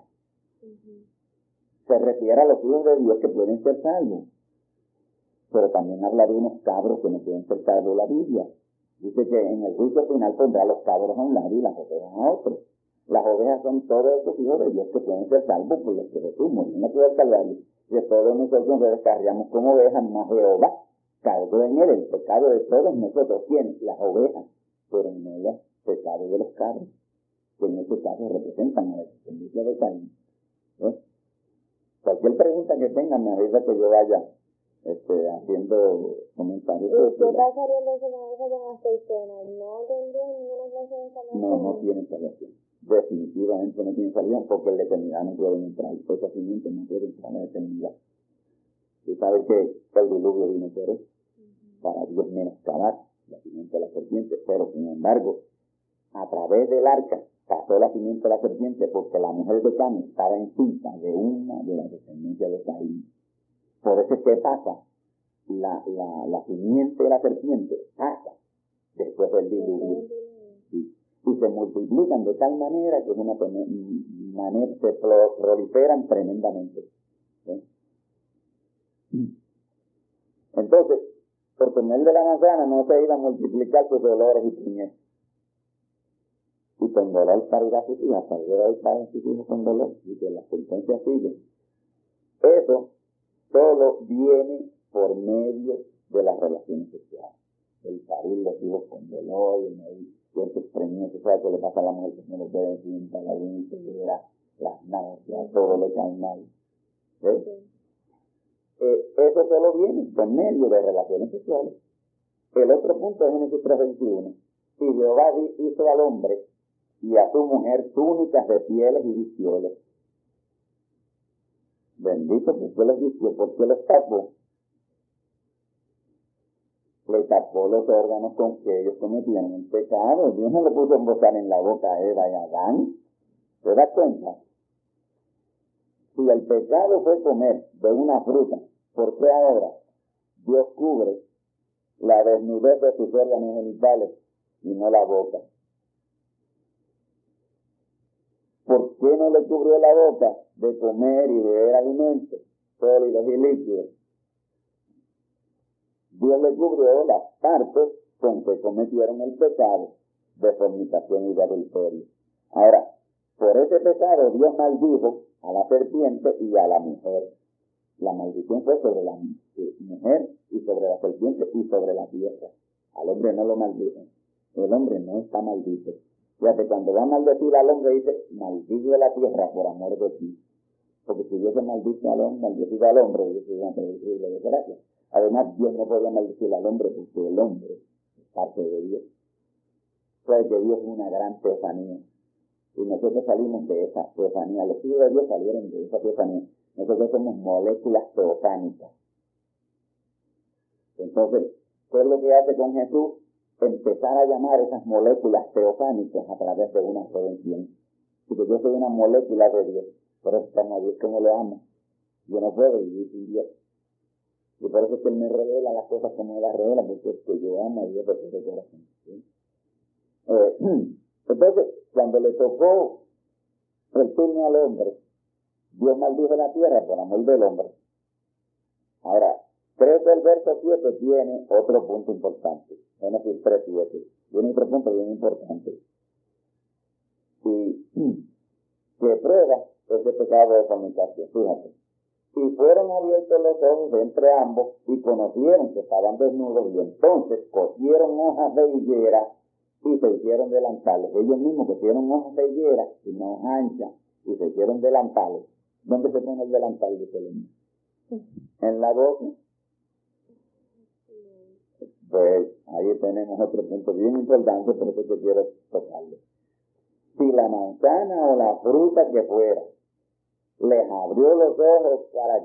Se refiere a los hijos de Dios que pueden ser salvos. Pero también habla de unos cabros que no pueden ser salvos de la Biblia. Dice que en el juicio final pondrá los cabros a un lado y las ovejas a otro. Las ovejas son todos esos hijos de Dios que pueden ser salvos por los que Jesús murió en la cruz del Calvario. Que todos nosotros nos descarriamos como ovejas, más Jehová cargó en él el pecado de todos nosotros. ¿Quién? Las ovejas, pero no los pecados de los cabros, que en este caso representan a la descendencia de Caín. Cualquier pregunta que tengan me avisa que yo vaya haciendo comentarios. ¿Y qué pasaría entonces con eso con las personas? ¿No tendrían ninguna clase de salvación? No tienen salvación. Definitivamente no tienen salvación porque en la eternidad no pueden entrar. Esa simiente no puede entrar en la eternidad. Y sabes que el diluvio vino por eso, para Dios menoscabar la simiente de la serpiente, pero sin embargo, a través del arca pasó la simiente de la serpiente porque la mujer de Caín estaba encinta de una de las descendencias de Caín. Por eso es que pasa la simiente de la serpiente, pasa después del diluvio. Sí. Y se multiplican de tal manera que es una manera, se proliferan tremendamente. ¿Sí? Entonces, por comer de la manzana no se iban a multiplicar sus dolores y puñetas. Y con dolor parirá a sus hijas, parirá sus hijos con dolor, y que la sentencia sigue. Eso solo viene por medio de las relaciones sexuales. El parir los hijos con dolor, el ciertos preñezos, ¿sabes qué le pasa a la mujer que no lo puede decir, la úlcera, las náuseas, todo le cae mal? Eso solo viene por medio de relaciones sexuales. El otro punto es Génesis 3:21. Y Jehová hizo al hombre y a su mujer túnicas de pieles y vicioles. Bendito, ¿por qué los vistió? ¿Por qué los tapó? Le tapó los órganos con que ellos cometían el pecado. Dios no le puso a embozar en la boca a Eva y a Adán. ¿Se da cuenta? Si el pecado fue comer de una fruta, ¿por qué ahora Dios cubre la desnudez de sus órganos genitales y no la boca? ¿Por qué no le cubrió la boca de comer y beber alimentos sólidos y líquidos? Dios le cubrió las partes con que cometieron el pecado de fornicación y de adulterio. Ahora, por ese pecado Dios maldijo a la serpiente y a la mujer. La maldición fue sobre la mujer y sobre la serpiente y sobre la tierra. Al hombre no lo maldijo. El hombre no está maldito. Fíjate, cuando va a maldecir al hombre dice, maldigo la tierra por amor de ti. Porque si Dios se maldice al hombre, maldecido al hombre, Dios es una terrible desgracia. Además, Dios no podía maldecir al hombre porque el hombre es parte de Dios. Sabe que Dios es una gran teofanía. Y nosotros salimos de esa teofanía. Los hijos de Dios salieron de esa teofanía. Nosotros somos moléculas teofánicas. Entonces, ¿qué es lo que hace con Jesús? Empezar a llamar esas moléculas teofánicas a través de una redención. Porque yo soy una molécula de Dios. Por eso estamos a Dios como le amo. Yo no puedo vivir sin Dios. Y por eso es que Él me revela las cosas como Él las revela, porque es que yo amo a Dios de todo corazón. ¿Sí? Entonces, cuando le tocó el turno al hombre, Dios maldijo la tierra por amor del hombre. Ahora, creo que el verso 7 tiene otro punto importante. Génesis 3:7. Viene otro punto bien importante. Y que prueba ese pecado de fornicación, fíjate. Y fueron abiertos los ojos entre ambos y conocieron que estaban desnudos y entonces cogieron hojas de higuera y se hicieron delantales. Ellos mismos cogieron hojas de higuera y una hoja ancha y se hicieron delantales. ¿Dónde se pone el delantal? Dice el niño. ¿En la boca? Pues ahí tenemos otro punto bien importante, por eso que quiero tocarlo. Si la manzana o la fruta que fuera les abrió los ojos para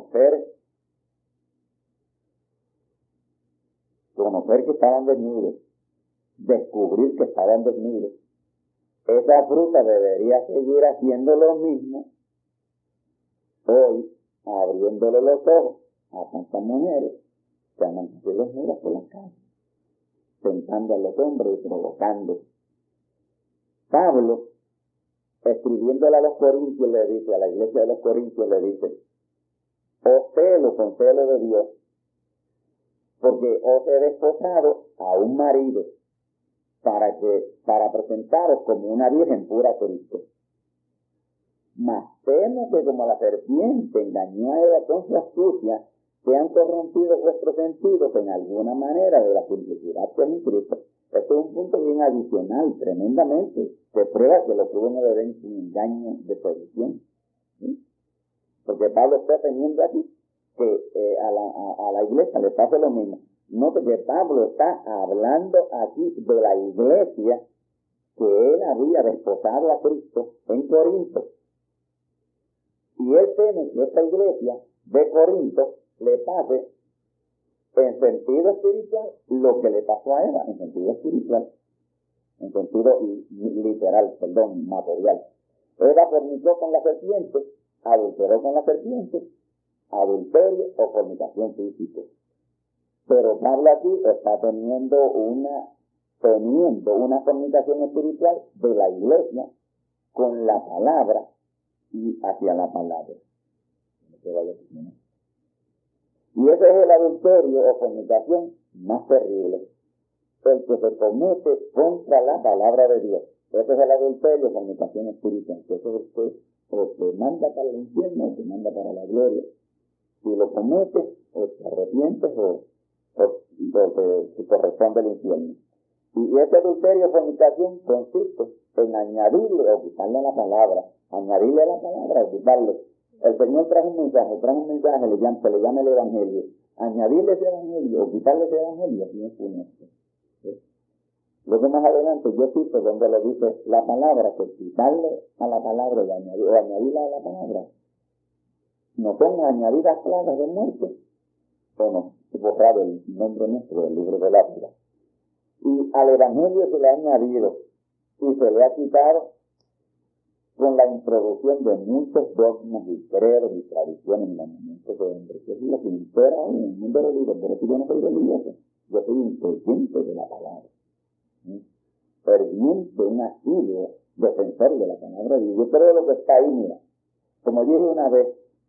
conocer que estaban desnudos, descubrir que estaban desnudos, esa fruta debería seguir haciendo lo mismo hoy, abriéndole los ojos a tantas mujeres que andan desnudas por las calles, tentando a los hombres y provocando. Pablo, escribiéndole a los Corintios, le dice, a la iglesia de los Corintios, le dice: os celo con celo de Dios, porque os he desposado a un marido para presentaros como una virgen pura a Cristo. Mas temo que como la serpiente engañó a Eva con su astucia, sean corrompidos vuestros sentidos en alguna manera de la simplicidad que es en Cristo. Esto es un punto bien adicional, tremendamente, que prueba que lo que uno le den un engaño de seducción. ¿Sí? Porque Pablo está teniendo aquí que a la iglesia le pasa lo mismo. Note que Pablo está hablando aquí de la iglesia que él había desposado a Cristo en Corinto. Y él teme que esta iglesia de Corinto le pase en sentido espiritual lo que le pasó a Eva, en sentido espiritual, en sentido literal, material. Eva fornicó con la serpiente, adulteró con la serpiente, adulterio o fornicación física. Pero Pablo aquí está teniendo una fornicación espiritual de la iglesia con la palabra y hacia la palabra. Y ese es el adulterio o fornicación más terrible, el que se comete contra la palabra de Dios. Ese es el adulterio o fornicación espiritual. Ese es el que o te manda para el infierno o te manda para la gloria. Si lo cometes, o te arrepientes o te corresponde el infierno. Y ese adulterio o fornicación consiste en añadirle o quitarle a la palabra, o quitarle. El Señor trajo un mensaje, se le llama el Evangelio. Añadirle ese Evangelio o quitarle ese Evangelio no es funesto. Luego más adelante yo cito donde le dice la palabra, que quitarle a la palabra o añadirle a la palabra no son añadidas plagas de muerte, o no, borrar el nombre nuestro del libro de la vida. Y al Evangelio se le ha añadido y se le ha quitado con la introducción de muchos dogmas y credos y tradiciones en la mente de hombre, que es lo que impera hoy en el mundo religioso. Pero si yo no soy religioso, yo soy un creyente de la palabra, ferviente, un asiduo defensor de la palabra de Dios. Yo creo lo que está ahí, mira, como yo dije una vez,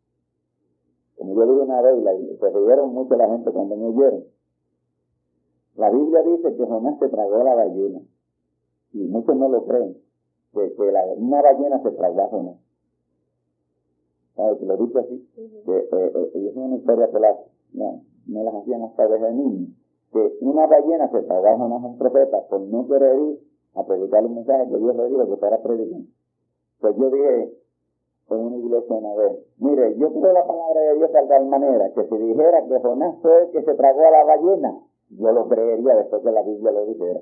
y se rieron mucho la gente cuando me oyeron. La Biblia dice que Jonás se tragó a la ballena, y muchos no lo creen, que una ballena se tragó a Jonás. ¿Sabes? Que lo dice así, que es una historia que no las hacían hasta desde niños, que una ballena se tragó a Jonás, un profeta, por no querer ir a predicar un mensaje que Dios le dijo que fuera predicando. Pues yo dije en una iglesia una vez, mire, yo creo la palabra de Dios de tal manera que si dijera que Jonás fue el que se tragó a la ballena, yo lo creería después que la Biblia lo dijera.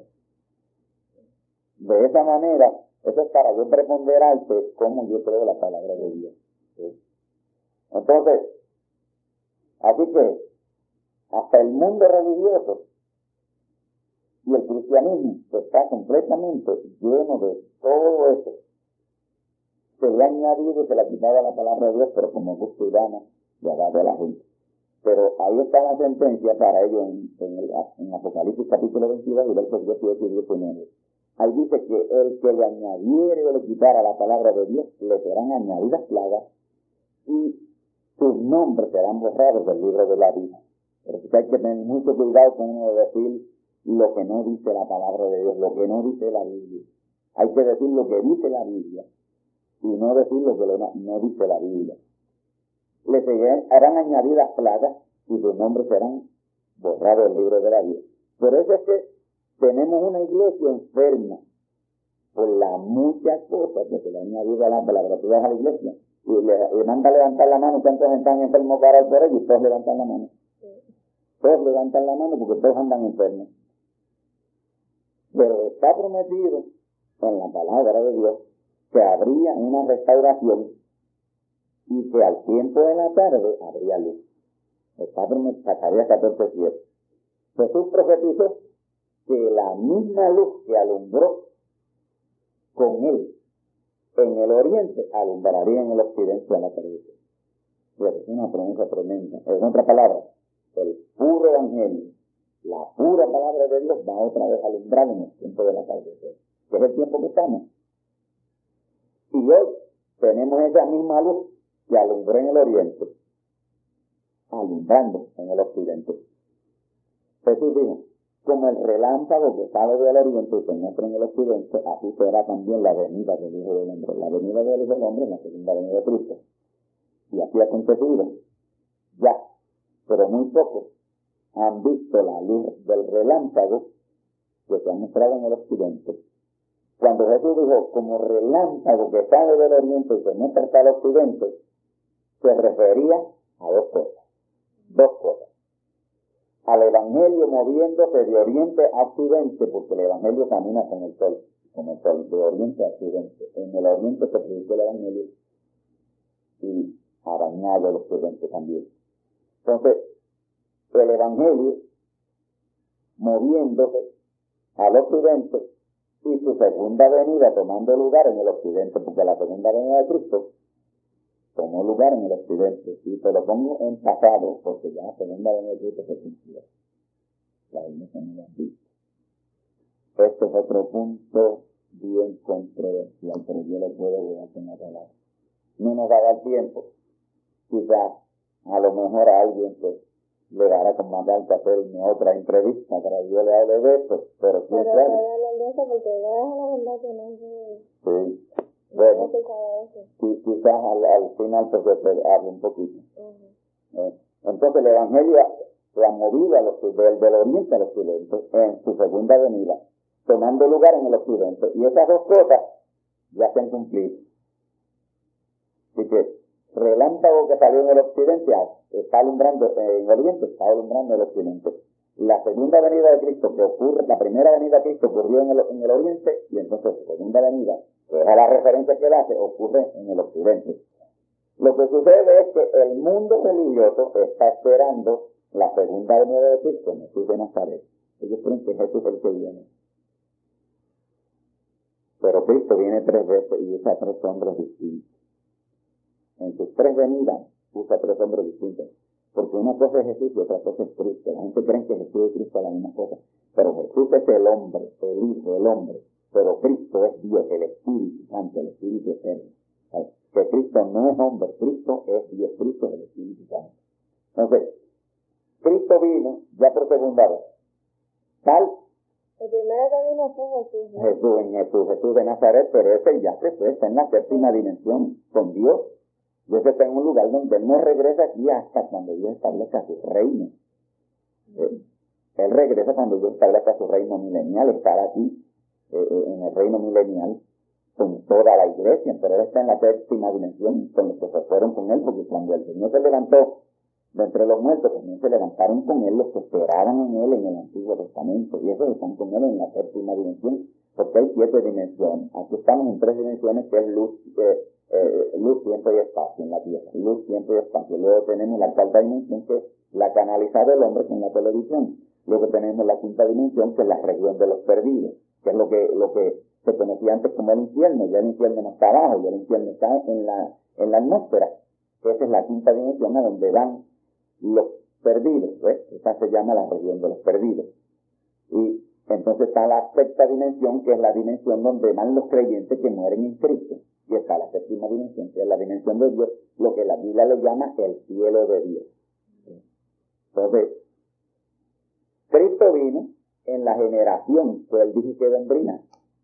De esa manera, eso es para yo preponderarte cómo yo creo la palabra de Dios. ¿Sí? Entonces, así que hasta el mundo religioso y el cristianismo está completamente lleno de todo eso. Se le ha añadido y se le ha quitado a la palabra de Dios, pero como gusto y gana de abajo de la gente. Pero ahí está la sentencia para ello en Apocalipsis capítulo 22 y versos 18 y 19. Ahí dice que el que le añadiere o le quitara la palabra de Dios, le serán añadidas plagas y sus nombres serán borrados del libro de la vida. Pero sí que hay que tener mucho cuidado con uno de decir lo que no dice la palabra de Dios, lo que no dice la Biblia. Hay que decir lo que dice la Biblia y no decir lo que no dice la Biblia. Le harán añadidas plagas y sus nombres serán borrados del libro de la vida. Por eso es que tenemos una iglesia enferma por las muchas cosas que se le han añadido a la palabra. Tú vas a la iglesia y le manda a levantar la mano. ¿Cuántos están enfermos para orar por ellos? Todos levantan la mano. Todos levantan la mano porque todos andan enfermos. Pero está prometido en la palabra de Dios que habría una restauración y que al tiempo de la tarde habría luz. Está prometido, Zacarías 14:7. Jesús profetizó que la misma luz que alumbró con él en el oriente alumbraría en el occidente a la tarde. Es una promesa tremenda. En otra palabra, el puro evangelio, la pura palabra de Dios va otra vez a alumbrar en el tiempo de la tarde, que es el tiempo que estamos. Y hoy tenemos esa misma luz que alumbró en el oriente, alumbrando en el occidente. Jesús dijo, como el relámpago que sale del oriente y se muestra en el occidente, así será también la venida del Hijo del Hombre. La venida del Hijo del Hombre es la segunda venida de Cristo. Y así ha acontecido ya, pero muy pocos han visto la luz del relámpago que se ha mostrado en el occidente. Cuando Jesús dijo, como relámpago que sale del oriente y se muestra hasta el occidente, se refería a dos cosas. Al Evangelio moviéndose de oriente a occidente, porque el Evangelio camina con el sol, de oriente a occidente. En el oriente se produce el Evangelio y ha dañado el occidente también. Entonces, el Evangelio moviéndose al occidente y su segunda venida tomando lugar en el occidente, porque la segunda venida de Cristo tomó lugar en el occidente, y te lo pongo en pasado, porque ya la segunda venida de Cristo se cumplió. La iglesia no lo han visto. Este es otro punto bien controversial, pero yo lo puedo ver con la palabra. No nos va a dar tiempo. Quizás, a lo mejor a alguien que le dará con mandar que hacerme otra entrevista para que yo le hable de eso, pero sí es claro. Hablar de eso porque ya es la verdad que no sé. Sí. Bueno, quizás al final pues se hable un poquito. Entonces el Evangelio la movida del oriente al occidente en su segunda venida, tomando lugar en el occidente. Y esas dos cosas ya se han cumplido. Así que relámpago que salió en el occidente está alumbrando en el oriente, está alumbrando en el occidente. La segunda venida de Cristo que ocurre, la primera venida de Cristo ocurrió en el oriente, y entonces la segunda venida, que es la referencia que él hace, ocurre en el occidente. Lo que sucede es que el mundo religioso está esperando la segunda venida de Cristo, Jesús de Nazaret. Ellos creen que Jesús es el que viene. Pero Cristo viene 3 veces y usa 3 hombres distintos. En sus 3 venidas usa 3 hombres distintos. Porque una cosa es Jesús y otra cosa es Cristo. La gente cree que Jesús y Cristo es la misma cosa. Pero Jesús es el hombre, el Hijo, el hombre. Pero Cristo es Dios, el Espíritu Santo, el Espíritu Eterno. Que Cristo no es hombre, Cristo es Dios, Cristo es el Espíritu Santo. Entonces, Cristo vino ya por segunda vez. Tal. El primero que vino fue Jesús. Jesús de Nazaret, pero ese ya se fue, está en la 7ª dimensión con Dios. Y ese está en un lugar donde él no regresa aquí hasta cuando Dios establezca su reino. Él regresa cuando Dios establezca su reino milenial, estará aquí en el reino milenial con toda la iglesia, pero él está en la 7ª dimensión con los que se fueron con él, porque cuando el Señor se levantó de entre los muertos, también se levantaron con él los que esperaban en él en el Antiguo Testamento, y esos están con él en la 7ª dimensión, porque hay 7 dimensiones. Aquí estamos en 3 dimensiones, que es luz, tiempo y espacio en la tierra, luz, tiempo y espacio. Luego tenemos la 4ª dimensión, que es la canalizada del hombre con la televisión. Luego tenemos la 5ª dimensión, que es la región de los perdidos, que es lo que se conocía antes como el infierno. Ya el infierno no está abajo, ya el infierno está en la atmósfera. Esa es la 5ª dimensión a donde van los perdidos, ¿ves? Esa se llama la región de los perdidos. Y entonces está la 6ª dimensión, que es la dimensión donde van los creyentes que mueren en Cristo. Y está la 7ª dimensión, que es la dimensión de Dios, lo que la Biblia le llama el cielo de Dios. Entonces, Cristo vino en la generación que él dijo que vendría.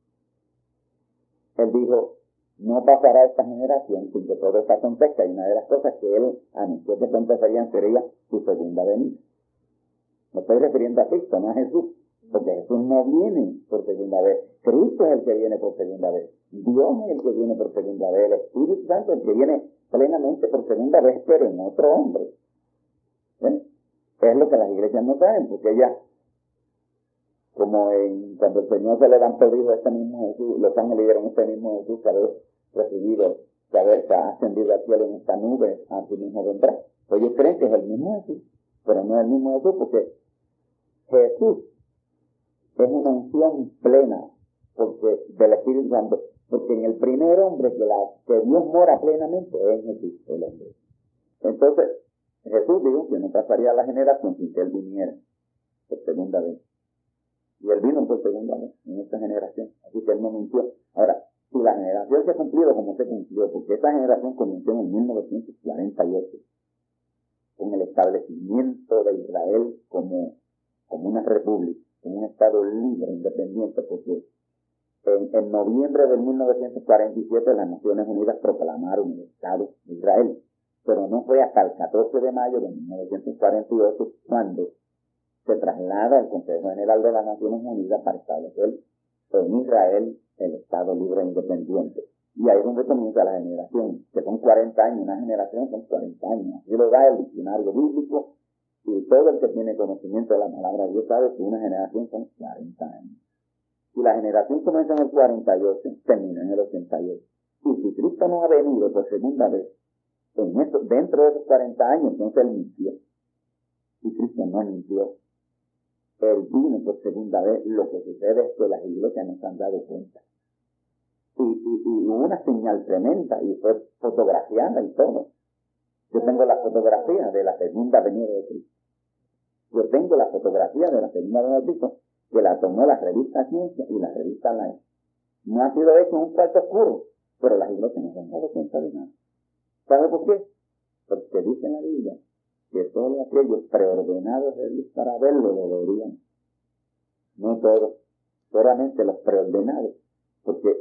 Él dijo, no pasará esta generación sin que todo esto acontezca. Y una de las cosas que él anunció que acontecerían sería su segunda venida. Me estoy refiriendo a Cristo, no a Jesús. Porque Jesús no viene por segunda vez. Cristo es el que viene por segunda vez. Dios es el que viene por segunda vez. El Espíritu Santo es el que viene plenamente por segunda vez, pero en otro hombre. ¿Ven? Es lo que las iglesias no saben, porque ellas, como cuando el Señor se levantó, dijo este mismo Jesús, los ángeles dieron este mismo Jesús que haber recibido, que haber ascendido al cielo en esta nube, a sí mismo vendrá. Pues ellos creen que es el mismo Jesús, pero no es el mismo Jesús, porque Jesús es una unción plena porque del Espíritu Santo, porque en el primer hombre que Dios mora plenamente es Jesús, el hombre. Entonces, Jesús dijo que no pasaría la generación sin que Él viniera por segunda vez. Y Él vino por segunda vez en esta generación, así que Él no mintió. Ahora, si la generación se ha cumplido como se cumplió, porque esta generación comenzó en 1948, con el establecimiento de Israel como una república, como un estado libre, independiente, porque en noviembre de 1947 las Naciones Unidas proclamaron el Estado de Israel, pero no fue hasta el 14 de mayo de 1948 cuando se traslada al Consejo General de las Naciones Unidas para establecer en Israel el Estado libre e independiente. Y ahí es donde comienza la generación, que son 40 años, una generación son 40 años. Así lo da el diccionario bíblico, y todo el que tiene conocimiento de la palabra de Dios sabe que una generación son 40 años. Si la generación comienza en el 48, termina en el 88. Y si Cristo no ha venido por segunda vez, dentro de esos 40 años, entonces Él mintió. Y Cristo no mintió. Él vino por segunda vez. Lo que sucede es que las iglesias no se han dado cuenta. Y hubo una señal tremenda, y fue fotografiada y todo. Yo tengo la fotografía de la segunda venida de Cristo. Yo tengo la fotografía de la segunda venida de Cristo, que la tomó la revista Ciencia y la revista Life. No ha sido hecho en un cuarto oscuro, pero las iglesias no se han dado cuenta de nada. ¿Sabe por qué? Porque dice en la Biblia que solo aquellos preordenados de Dios para verlo lo verían. No todos, solamente los preordenados. Porque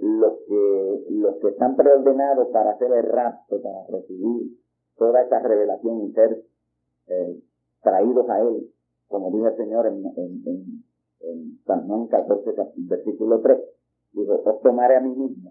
los que están preordenados para hacer el rapto, para recibir toda esa revelación y ser traídos a Él, como dice el Señor en San Juan 14, versículo 3, dijo, os tomaré a mí mismo,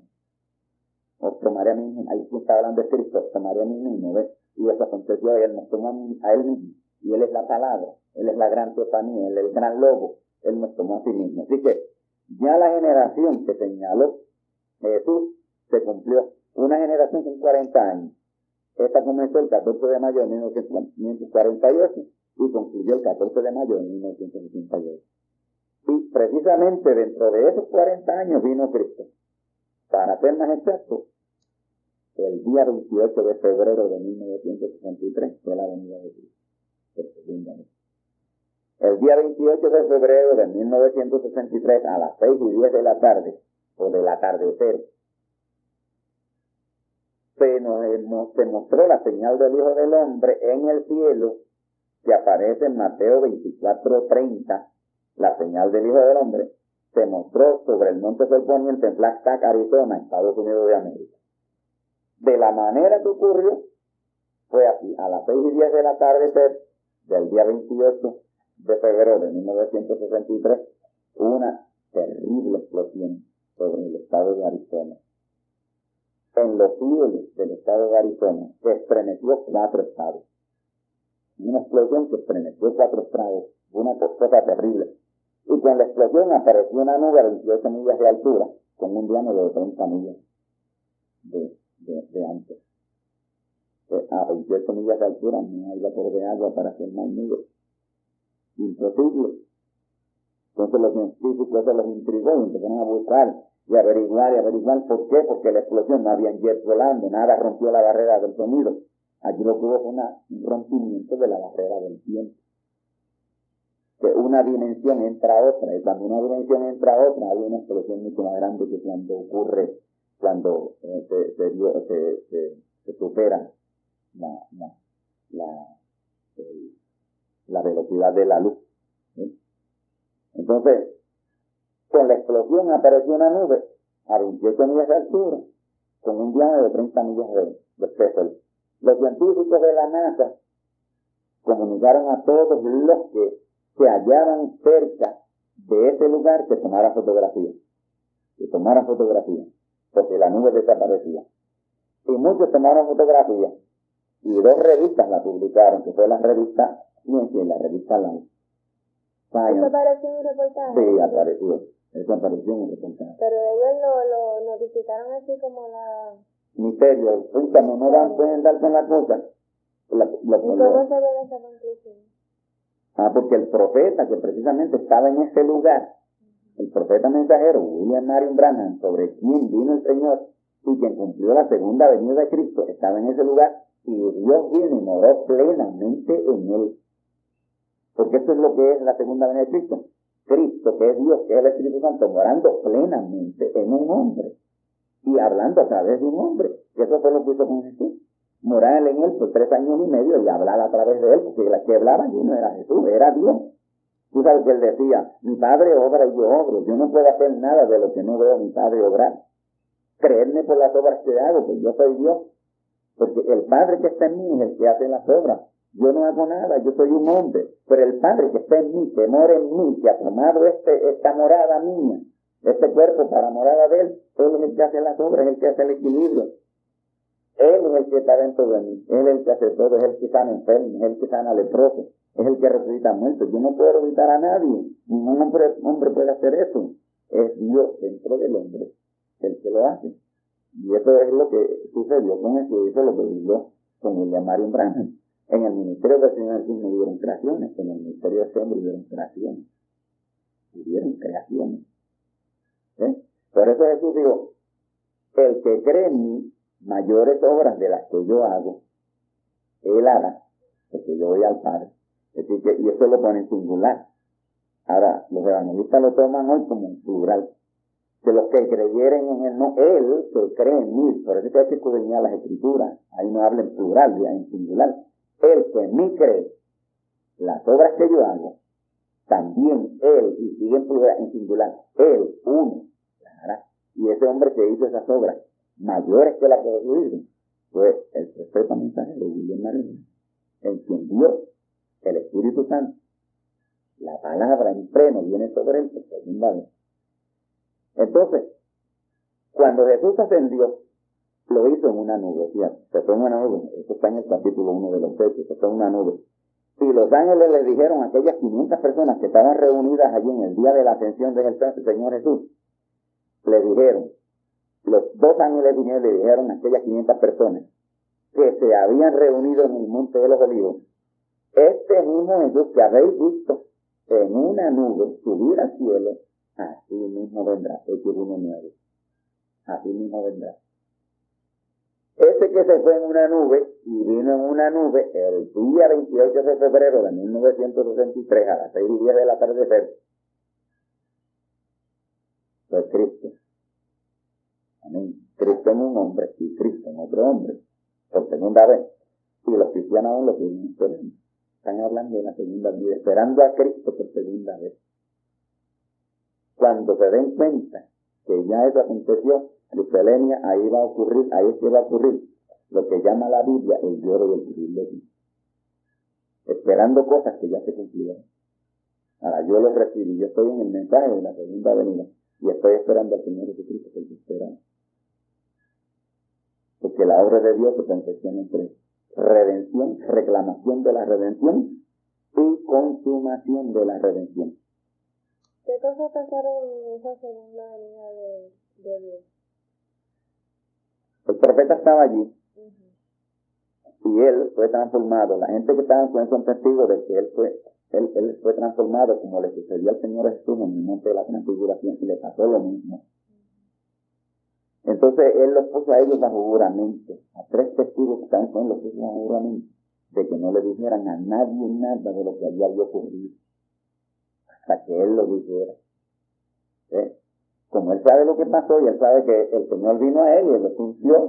ahí está hablando de Cristo, os tomaré a mí mismo, ¿ves? Y eso aconteció, y Él nos tomó a Él mismo, y Él es la palabra, Él es la gran teofanía, Él es el gran lobo, Él nos tomó a sí mismo. Así que ya la generación que señaló Jesús se cumplió. Una generación con 40 años. Esta comenzó el 14 de mayo de 1948 y concluyó el 14 de mayo de 1968. Y precisamente dentro de esos 40 años vino Cristo. Para ser más exacto, el día 28 de febrero de 1963 fue la venida de Cristo. Por segunda vez. El día 28 de febrero de 1963 a las 6:10 de la tarde, o del atardecer, se mostró la señal del Hijo del Hombre en el cielo, que aparece en Mateo 24:30, la señal del Hijo del Hombre, se mostró sobre el monte del Poniente en Flagstaff, Arizona, Estados Unidos de América. De la manera que ocurrió, fue así, a las 6:10 de la tarde del día 28 de febrero de 1963, una terrible explosión sobre el estado de Arizona. En los cielos del estado de Arizona se estremeció 4 estados. Una explosión que estremeció 4 estados, una cosa terrible. Y con la explosión apareció una nube a 28 millas de altura, con un diámetro de 30 millas de ancho. A 28 millas de altura no hay vapor de agua para hacer más nubes. Imposible. Entonces los científicos se los intrigó y empezaron a buscar y averiguar por qué, porque la explosión no había jet volando, nada rompió la barrera del sonido. Allí lo que hubo fue un rompimiento de la barrera del tiempo. Que una dimensión entra a otra, y cuando una dimensión entra a otra hay una explosión mucho más grande que cuando se supera la velocidad de la luz. ¿Sí? Entonces, con la explosión apareció una nube a 28 millas de altura, con un diámetro de 30 millas de espesor. Los científicos de la NASA comunicaron a todos los que se hallaban cerca de ese lugar que tomaran fotografías. Porque la nube desaparecía. Y muchos tomaron fotografías, y 2 revistas la publicaron, que fue la revista Ciencia y la revista Life. ¿Eso apareció en un reportaje? Sí, apareció. Eso apareció en un reportaje. Pero ellos lo notificaron así como la... Misterio, cuando no pueden dar con la cosa. ¿Y cómo se ve esa conclusión? Porque el profeta que precisamente estaba en ese lugar, el profeta mensajero, William Marion Branham, sobre quien vino el Señor y quien cumplió la segunda venida de Cristo, estaba en ese lugar y Dios vino y moró plenamente en él. Porque eso es lo que es la segunda venida de Cristo. Cristo, que es Dios, que es el Espíritu Santo, morando plenamente en un hombre y hablando a través de un hombre. Y eso fue lo que hizo con Jesús. Morar en él por 3 años y medio y hablar a través de él, porque la que hablaba allí no era Jesús, era Dios. Tú sabes que él decía, mi Padre obra y yo obro. Yo no puedo hacer nada de lo que no veo a mi Padre obrar. Creedme por las obras que hago, que yo soy Dios. Porque el Padre que está en mí es el que hace las obras. Yo no hago nada, yo soy un hombre. Pero el Padre que está en mí, que mora en mí, que ha tomado esta morada mía, este cuerpo para morada de él es el que hace las obras, es el que hace el equilibrio. Él es el que está dentro de mí, él es el que hace todo, es el que sana enfermos, es el que sana leprosos, es el que resucita muertos. Yo no puedo evitar a nadie, ningún hombre puede hacer eso. Es Dios dentro del hombre el que lo hace. Y eso es lo que sucedió con eso, eso es lo que vivió con William Marion Branham. En el ministerio del Señor Jesús no hubieron creaciones, en el ministerio del Señor hubieron creaciones. Por eso Jesús dijo, el que cree en mí, mayores obras de las que yo hago, él hará, porque yo voy al Padre. Es decir, y eso lo pone en singular. Ahora, los evangelistas lo toman hoy como en plural. De los que creyeren en él, no, él que cree en mí. Por eso hay que escudriñar las escrituras. Ahí no habla en plural, ya en singular. El que en mí cree, las obras que yo hago, también él, y sigue en plural, en singular, él, uno, ¿verdad? Y ese hombre que hizo esas obras, mayores que las que yo hice, fue el profeta mensajero William Marion, en quien Dios, el Espíritu Santo, la palabra en pleno viene sobre él por segunda vez. Entonces, cuando Jesús ascendió, lo hizo en una nube, ¿cierto? Se fue en una nube, esto está en el capítulo 1 de los Hechos, se fue en una nube. Y los ángeles le dijeron a aquellas 500 personas que estaban reunidas allí en el día de la ascensión del Señor Jesús, le dijeron, los 2 ángeles vinieron y le dijeron a aquellas 500 personas que se habían reunido en el monte de los Olivos, este mismo Jesús que habéis visto en una nube subir al cielo, así mismo vendrá, hecho uno nuevo, así mismo vendrá. Ese que se fue en una nube y vino en una nube el día 28 de febrero de 1963 a las 6:10 del atardecer, fue Cristo. Amén. Cristo en un hombre y Cristo en otro hombre, por segunda vez. Y los cristianos aún lo tienen esperando. Están hablando de la segunda vida, esperando a Cristo por segunda vez. Cuando se den cuenta que ya eso aconteció, Lucelenia, ahí es que va a ocurrir lo que llama la Biblia el lloro y el crujir de Dios. Esperando cosas que ya se cumplieron. Ahora yo lo recibí, yo estoy en el mensaje de la segunda venida y estoy esperando al Señor Jesucristo que estoy esperando. Porque la obra de Dios se perfecciona entre redención, reclamación de la redención y consumación de la redención. ¿Qué cosas pasaron en esa segunda venida de Dios? El profeta estaba allí y él fue transformado. La gente que estaba con él son testigos de que él fue transformado como le sucedió al Señor Jesús en el monte de la transfiguración y le pasó lo mismo. Entonces él los puso a ellos bajo juramento, a 3 testigos que estaban con él los puso bajo juramento, de que no le dijeran a nadie nada de lo que había ocurrido, hasta que él lo dijera. Como él sabe lo que pasó y él sabe que el Señor vino a él y él lo sintió.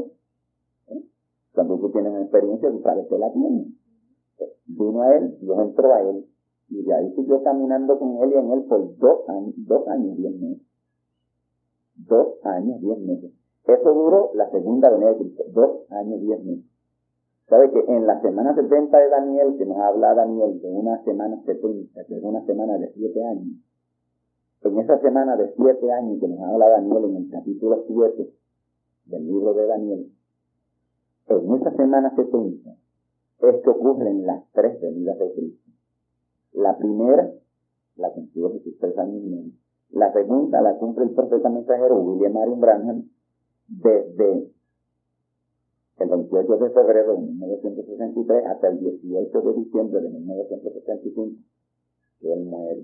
Cuando tú tienes una experiencia, tú sabes que la tienes. Vino a él, Dios entró a él Y de ahí siguió caminando con él y en él por 2 años, 10 meses. 2 años, 10 meses. Eso duró la segunda venida de Cristo, 2 años, 10 meses. ¿Sabe que en la semana 70 de Daniel, que nos habla Daniel de una semana 70, que es una semana de 7 años, en esa semana de 7 años que nos habla Daniel en el capítulo 7 del libro de Daniel, en esa semana 70 es que ocurren las 3 venidas de Cristo. La primera la cumplió Jesús 3 años y medio. La segunda la cumple el profeta mensajero William Marion Branham desde el 28 de febrero de 1963 hasta el 18 de diciembre de 1965, que él muere.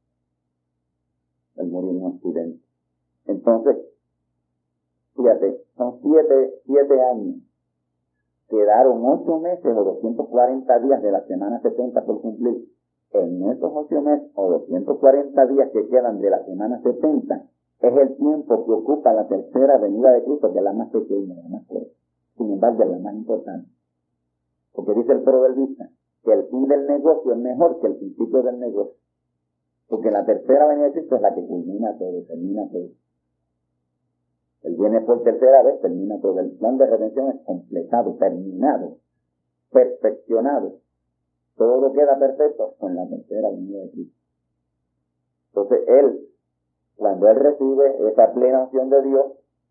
Él murió en un accidente. Entonces, fíjate, son 7 años. Quedaron 8 meses o 240 días de la semana 70 por cumplir. En esos 8 meses o 240 días que quedan de la semana 70, es el tiempo que ocupa la tercera venida de Cristo, que es la más pequeña, la más corta. Sin embargo, es la más importante. Porque dice el proverbista que el fin del negocio es mejor que el principio del negocio. Porque la tercera venida de Cristo es la que culmina todo, termina todo. Él viene por tercera vez, termina todo. El plan de redención es completado, terminado, perfeccionado. Todo queda perfecto con la tercera venida de Cristo. Entonces él, cuando él recibe esa plena unción de Dios,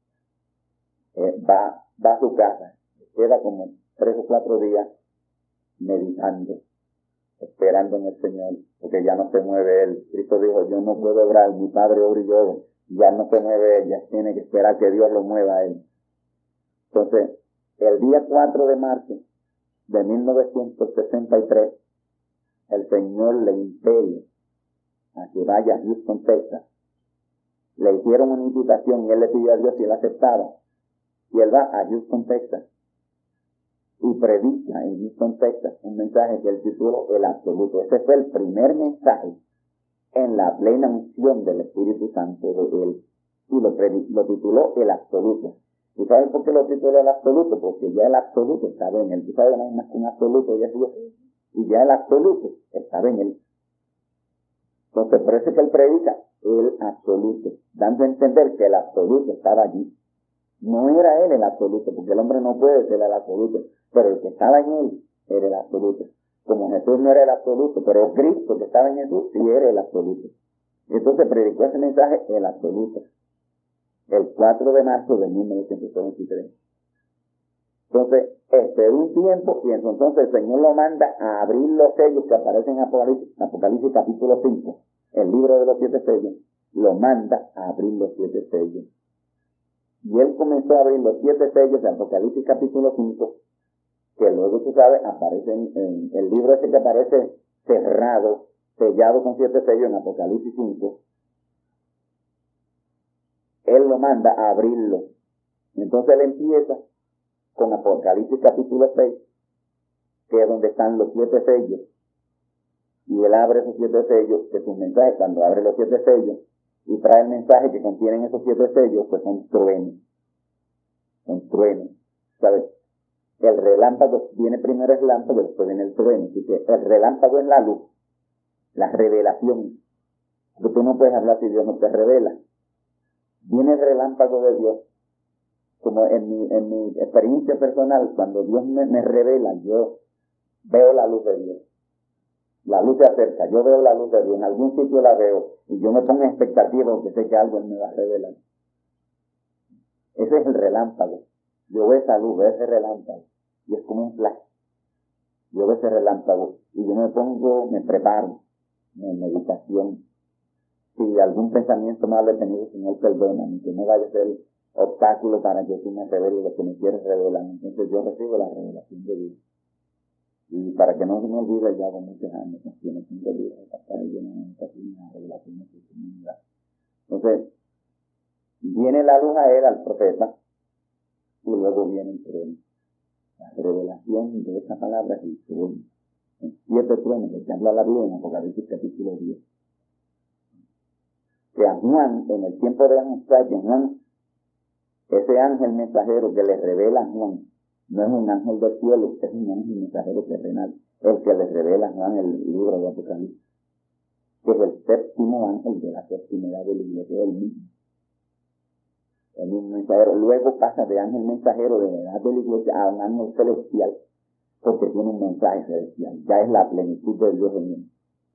va a su casa, queda como 3 o 4 días meditando, esperando en el Señor, porque ya no se mueve él. Cristo dijo, yo no puedo obrar, mi Padre obra y yo obro. Ya no se mueve él, ya tiene que esperar que Dios lo mueva a él. Entonces, el día 4 de marzo de 1963, el Señor le impele a que vaya a Houston, Texas. Le hicieron una invitación y él le pidió a Dios si él aceptaba. Y él va a Houston, Texas, y predica en Houston, Texas, un mensaje que él tituló El Absoluto. Ese fue el primer mensaje en la plena unción del Espíritu Santo de él. Y lo tituló El Absoluto. ¿Y sabes por qué lo tituló El Absoluto? Porque ya el Absoluto estaba en él. ¿Tú sabes? No hay más que un absoluto, y es Dios. Y ya el Absoluto estaba en él. Entonces, por eso es que él predica el Absoluto, dando a entender que el Absoluto estaba allí. No era él el absoluto, porque el hombre no puede ser el absoluto, pero el que estaba en él era el absoluto. Como Jesús no era el absoluto, pero Cristo que estaba en Jesús sí era el absoluto. Entonces predicó ese mensaje, el absoluto, el 4 de marzo de 1923. Entonces, esperó un tiempo y entonces el Señor lo manda a abrir los sellos que aparecen en Apocalipsis capítulo 5, el libro de los 7 sellos, lo manda a abrir los 7 sellos. Y él comenzó a abrir los 7 sellos de Apocalipsis capítulo 5, que luego, tú sabes, aparece en el libro ese que aparece cerrado, sellado con 7 sellos en Apocalipsis 5. Él lo manda a abrirlo. Entonces él empieza con Apocalipsis capítulo 6, que es donde están los 7 sellos. Y él abre esos 7 sellos, que sus mensajes, cuando abre los 7 sellos, y trae el mensaje que contienen esos 7 sellos, pues son truenos. Son truenos. ¿Sabes? El relámpago, viene primero el relámpago, después viene el trueno. Así que el relámpago es la luz, la revelación. Porque tú no puedes hablar si Dios no te revela. Viene el relámpago de Dios. Como en mi experiencia personal, cuando Dios me revela, yo veo la luz de Dios. La luz se acerca, yo veo la luz de Dios, en algún sitio la veo, y yo me pongo en expectativa porque sé que algo Él me va a revelar. Ese es el relámpago. Yo veo esa luz, veo ese relámpago, y es como un flash. Yo veo ese relámpago, y yo me preparo, en meditación. Si algún pensamiento malo he tenido, Señor, perdóname, que no vaya a ser obstáculo para que tú me reveles lo que me quieres revelar. Entonces yo recibo la revelación de Dios. Y para que no se me olvide, ya hago muchos años, tiene 5 días de pasar y una revelación de su comunidad. Entonces, viene la luz a él, al profeta, y luego viene el trueno. La revelación de esa palabra es el trueno. En 7 truenos, que habla la Biblia en Apocalipsis capítulo 10. Que a Juan, en el tiempo de Juan, ese ángel mensajero que le revela a Juan, no es un ángel del cielo, es un ángel mensajero terrenal, el que le revela a Juan el libro de Apocalipsis. que es el séptimo ángel de la séptima edad de la iglesia, el mismo mensajero. Luego pasa de ángel mensajero de la edad de la iglesia a un ángel celestial, porque tiene un mensaje celestial. Ya es la plenitud de Dios en él.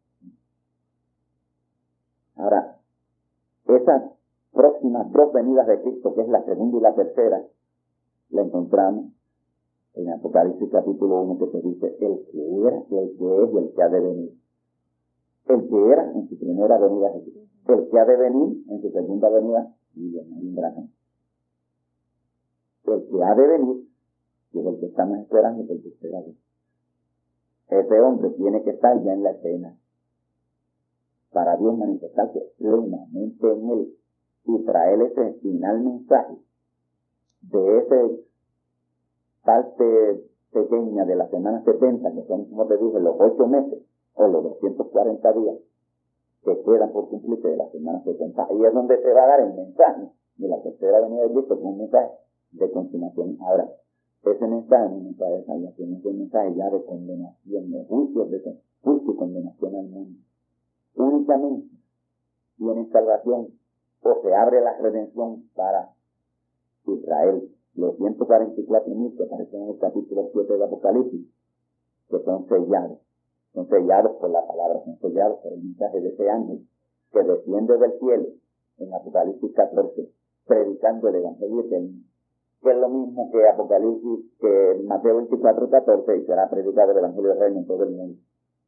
Ahora, esas próximas dos venidas de Cristo, que es la segunda y la tercera, la encontramos en Apocalipsis capítulo 1, que se dice: el que era, el que es y el que ha de venir. El que era en su primera venida, Jesús. El que ha de venir en su segunda venida, William Branham. El que ha de venir, que es el que estamos esperando, es el que espera Dios. Ese hombre tiene que estar ya en la escena para Dios manifestarse plenamente en él y traer ese final mensaje de esa parte pequeña de la semana 70, que son, como te dije, los 8 meses o los 240 días que quedan por cumplirse de la semana 70. Ahí es donde se va a dar el mensaje de la tercera venida de Cristo, con un mensaje de consumación. Ahora, ese mensaje no es un mensaje de salvación, es un mensaje ya de condenación, de juicio y condenación al mundo. Únicamente tiene salvación o se abre la redención para Israel. Los 144,000 que aparecen en el capítulo 7 de Apocalipsis, que son sellados por la palabra, son sellados por el mensaje de ese ángel que desciende del cielo en Apocalipsis 14, predicando el evangelio eterno, que es lo mismo que Apocalipsis, que Mateo 24:14, y será predicado el evangelio del reino en todo el mundo.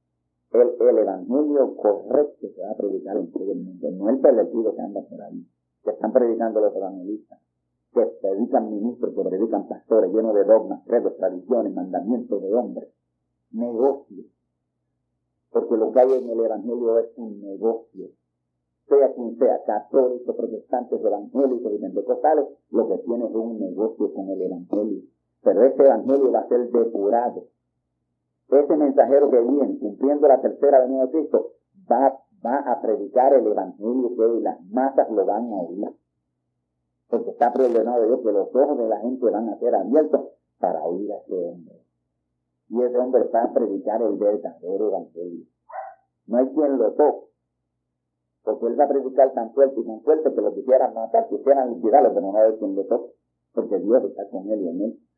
El evangelio correcto se va a predicar en todo el mundo, no el pervertido que anda por ahí, que están predicando los evangelistas, que predican ministros, que predican pastores llenos de dogmas, credos, tradiciones, mandamientos de hombres, negocios. Porque lo que hay en el evangelio es un negocio. Sea quien sea, católicos, protestantes, evangélicos y pentecostales, lo que tiene es un negocio con el evangelio. Pero ese evangelio va a ser depurado. Ese mensajero que viene cumpliendo la tercera venida de Cristo va a predicar el evangelio, que las masas lo van a oír. Porque está preordenado Dios que los ojos de la gente van a ser abiertos para oír a ese hombre. Y ese hombre va a predicar el verdadero evangelio. No hay quien lo toque, porque él va a predicar tan fuerte que lo quisieran matar, quisieran liquidarlo, pero no hay quien lo toque, porque Dios está con él y en él.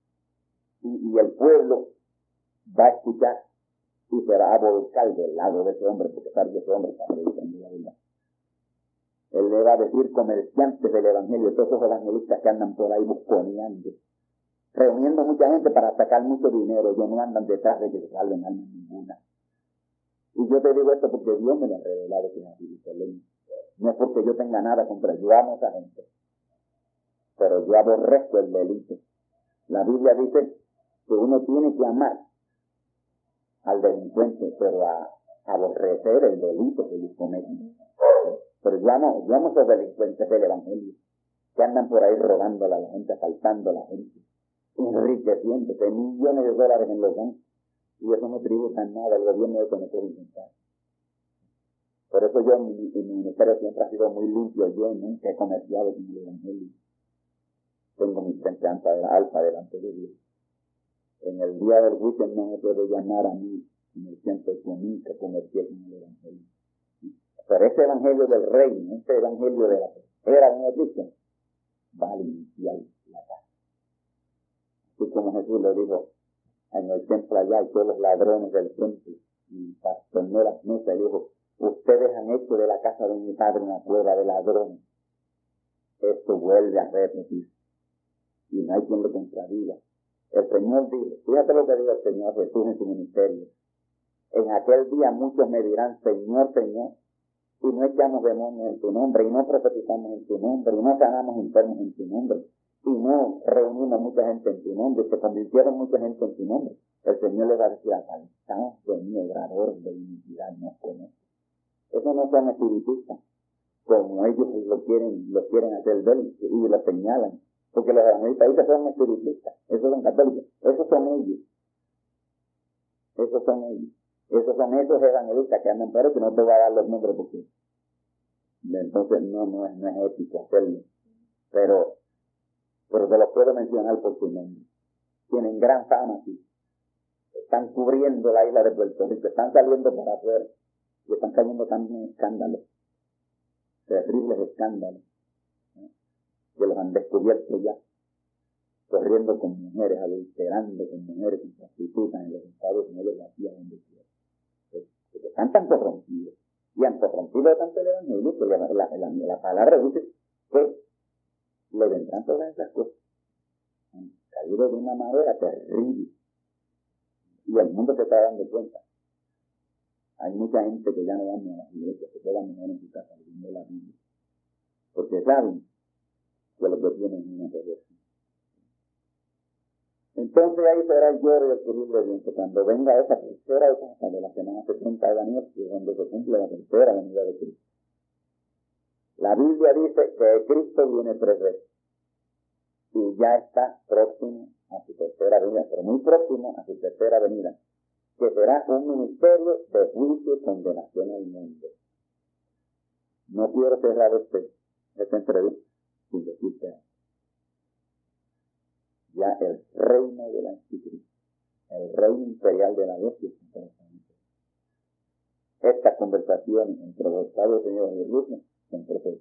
Y el pueblo va a escuchar y se va a volcar del lado de ese hombre, porque sabe que ese hombre está predicando la verdad. Él le va a decir: comerciantes del evangelio, todos esos evangelistas que andan por ahí busconeando, reuniendo mucha gente para sacar mucho dinero, ellos no andan detrás de que se salven almas ninguna. Y yo te digo esto porque Dios me lo ha revelado que es así, no es porque yo tenga nada contra él, yo amo a esa gente, pero yo aborrezco el delito. La Biblia dice que uno tiene que amar al delincuente, pero a aborrecer el delito que ellos cometen. Pero yo amo a esos delincuentes del evangelio que andan por ahí robándole a la gente, asaltando a la gente, enriqueciéndose millones de dólares en los bancos, y eso no tributa nada, el gobierno de eso no puede intentar. Por eso yo, mi ministerio siempre ha sido muy limpio, yo nunca he comerciado con el evangelio. Tengo mi frente alta delante de Dios. En el día del juicio no me puede llamar a mí, comerciante, que nunca comercié con el evangelio. Pero ese evangelio del reino, ese evangelio de la tercera venida de Cristo, va a limpiar la casa. Así como Jesús le dijo en el templo allá, y todos los ladrones del templo, y trastornó las mesas y dijo: ustedes han hecho de la casa de mi padre una cueva de ladrones. Esto vuelve a repetir, y no hay quien lo contradiga. El Señor dijo, fíjate lo que dijo el Señor Jesús en su ministerio: en aquel día muchos me dirán: Señor, Señor, y no echamos demonios en tu nombre, y no profetizamos en tu nombre, y no sanamos enfermos en tu nombre, y no reunimos mucha gente en tu nombre, y se convirtieron mucha gente en tu nombre. El Señor le va a decir: apartaos de mí, obradores de iniquidad, no conozco. Esos no son espiritistas, como ellos lo quieren hacer ver y lo señalan, porque los evangelistas ahorita son espiritistas, esos son católicos, esos son ellos. Esos son esos evangelistas que andan, pero que no te voy a dar los nombres porque entonces no es ético hacerlo. Pero te los puedo mencionar por su nombre. Tienen gran fama aquí. Están cubriendo la isla de Puerto Rico, están saliendo para afuera. Y están cayendo también escándalos, terribles escándalos, ¿eh? Que los han descubierto ya, corriendo con mujeres, adulterando con mujeres, con prostitutas en los Estados Unidos, y aquí a donde quiera. Porque están tan corrompidos, y han corrompido tanto el evangelio, que la palabra dice que le vendrán todas esas cosas. Han caído de una manera terrible, y el mundo se está dando cuenta. Hay mucha gente que ya no van a las iglesias, se quedan mejor en su casa leyendo la Biblia, porque saben que lo que tienen es una perversión. Entonces ahí será el lloro y el crujir de dientes cuando venga esa tercera etapa de la semana 70 de Daniel, que es donde se cumple la tercera venida de Cristo. La Biblia dice que Cristo viene 3 veces y ya está próximo a su tercera venida, pero muy próximo a su tercera venida, que será un ministerio de juicio y condenación al mundo. No quiero cerrar esta entrevista sin decirte algo. Ya el reino del anticristo, el reino imperial de la bestia, es interesante. Estas conversaciones entre los Estados Unidos y Rusia son proféticas.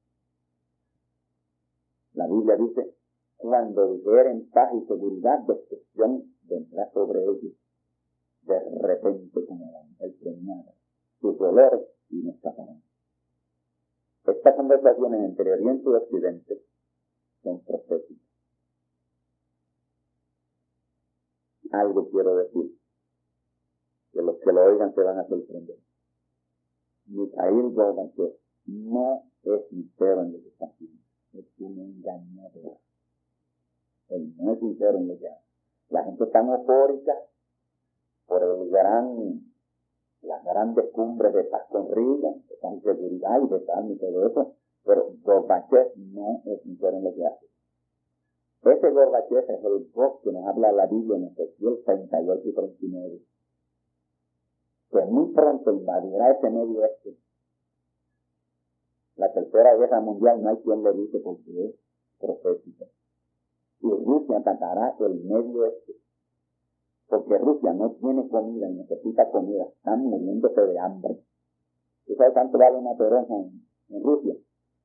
La Biblia dice, cuando dijeren paz y seguridad, destrucción vendrá sobre ellos de repente como la mujer preñada, sus dolores y no escaparán. Estas conversaciones entre Oriente y Occidente son proféticas. Algo quiero decir, que los que lo oigan se van a sorprender. Mikhail Gorbachev no es sincero en lo que está haciendo, es un engañador. Él no es sincero en lo que hace. La gente está eufórica por las grandes cumbres de paz con Riga, de paz y seguridad y de paz y todo eso, pero Gorbachev no es sincero en lo que hace. Ese Gorbachev es el Dios que nos habla la Biblia en Ezequiel 38 y 39, que muy pronto invadirá ese Medio Oeste. La tercera guerra mundial no hay quien le dice porque es profética. Y Rusia atacará el Medio Oeste, porque Rusia no tiene comida y necesita comida, están muriéndose de hambre. ¿Tú sabes cuánto vale una toronja en Rusia?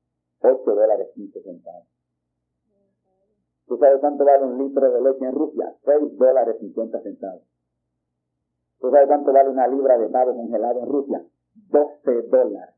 $8.15. ¿Tú sabes cuánto vale un litro de leche en Rusia? $6.50. ¿Tú sabes cuánto vale una libra de pavo congelado en Rusia? $12.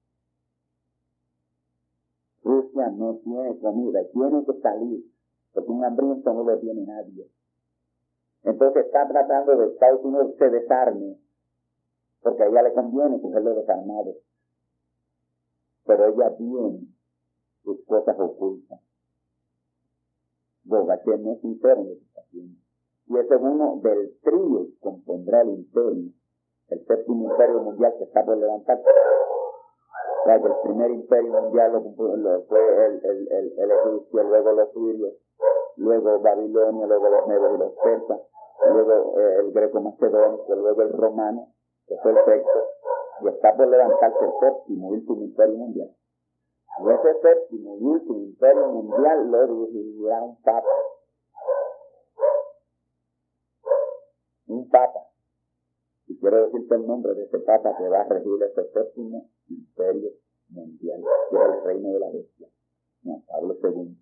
Rusia no tiene comida y tiene que salir, porque un hambriento no lo tiene nadie. Entonces está tratando de Estados Unidos se desarme, porque a ella le conviene cogerlo desarmado. Pero ella tiene sus cosas ocultas. Gorbachev no es sincero en lo que está haciendo. Y ese es uno del trío que compondrá el imperio, el séptimo imperio mundial que está por levantar. O sea, que el primer imperio mundial fue el egipcio, luego los sirios, luego Babilonia, luego los medos y los persas, luego el greco-macedónico, luego el romano, que fue el sexto, y está por levantarse el séptimo y último imperio mundial. Y ese séptimo y último imperio mundial lo dirigirá un papa. Un papa. Y quiero decirte el nombre de ese papa que va a regir ese séptimo imperio mundial, que es el reino de la bestia. No, Pablo II.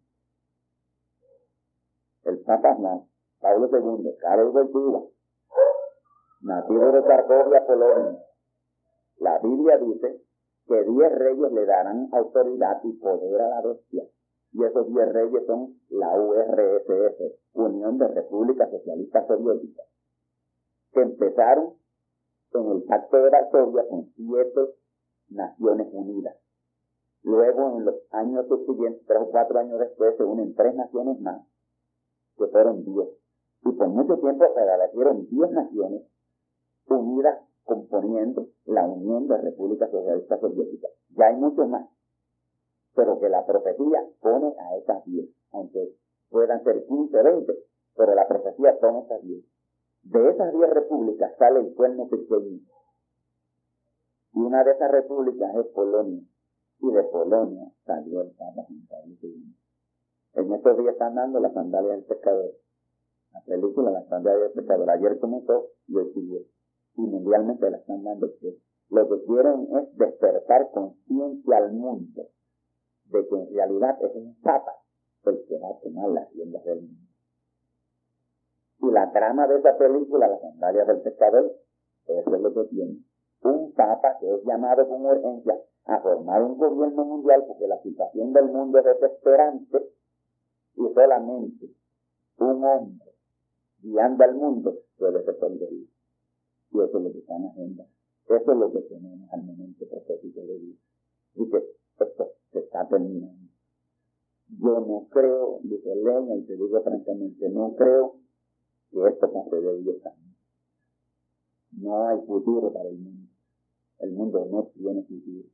El papa no, Pablo II, Karol Wojtyła, nativo de Cracovia, Polonia. La Biblia dice que 10 reyes le darán autoridad y poder a la bestia. Y esos 10 reyes son la URSS, Unión de Repúblicas Socialistas Soviéticas, que empezaron en el Pacto de Varsovia con 7 Naciones Unidas. Luego, en los años subsiguientes, 3 o 4 años después, se unen 3 naciones más, que fueron 10. Y por mucho tiempo prevalecieron 10 naciones unidas componiendo la Unión de Repúblicas Socialistas Soviéticas. Ya hay muchos más, pero que la profecía pone a esas 10, aunque puedan ser 15, 20, pero la profecía toma esas 10. De esas 10 repúblicas sale el cuerno pequeño, y una de esas repúblicas es Polonia, y de Polonia salió el Papa Juan Pablo II. En estos días están dando las sandalias del pescador, la película Las sandalias del pescador. Ayer comenzó y hoy siguió, y mundialmente la están dando, que lo que quieren es despertar conciencia al mundo de que en realidad es un papa el que va a tomar las riendas del mundo. Y la trama de esa película, Las sandalias del pescador, eso es lo que tiene. Un papa que es llamado con urgencia a formar un gobierno mundial porque la situación del mundo es desesperante y solamente un hombre guiando al mundo puede resolverlo. Y eso es lo que está en agenda. Eso es lo que tenemos al momento profético de Dios. Y que esto se está terminando. Yo no creo, dice Leña, y te digo francamente, no creo que esto pase de 10 años. No hay futuro para el mundo. El mundo no tiene futuro.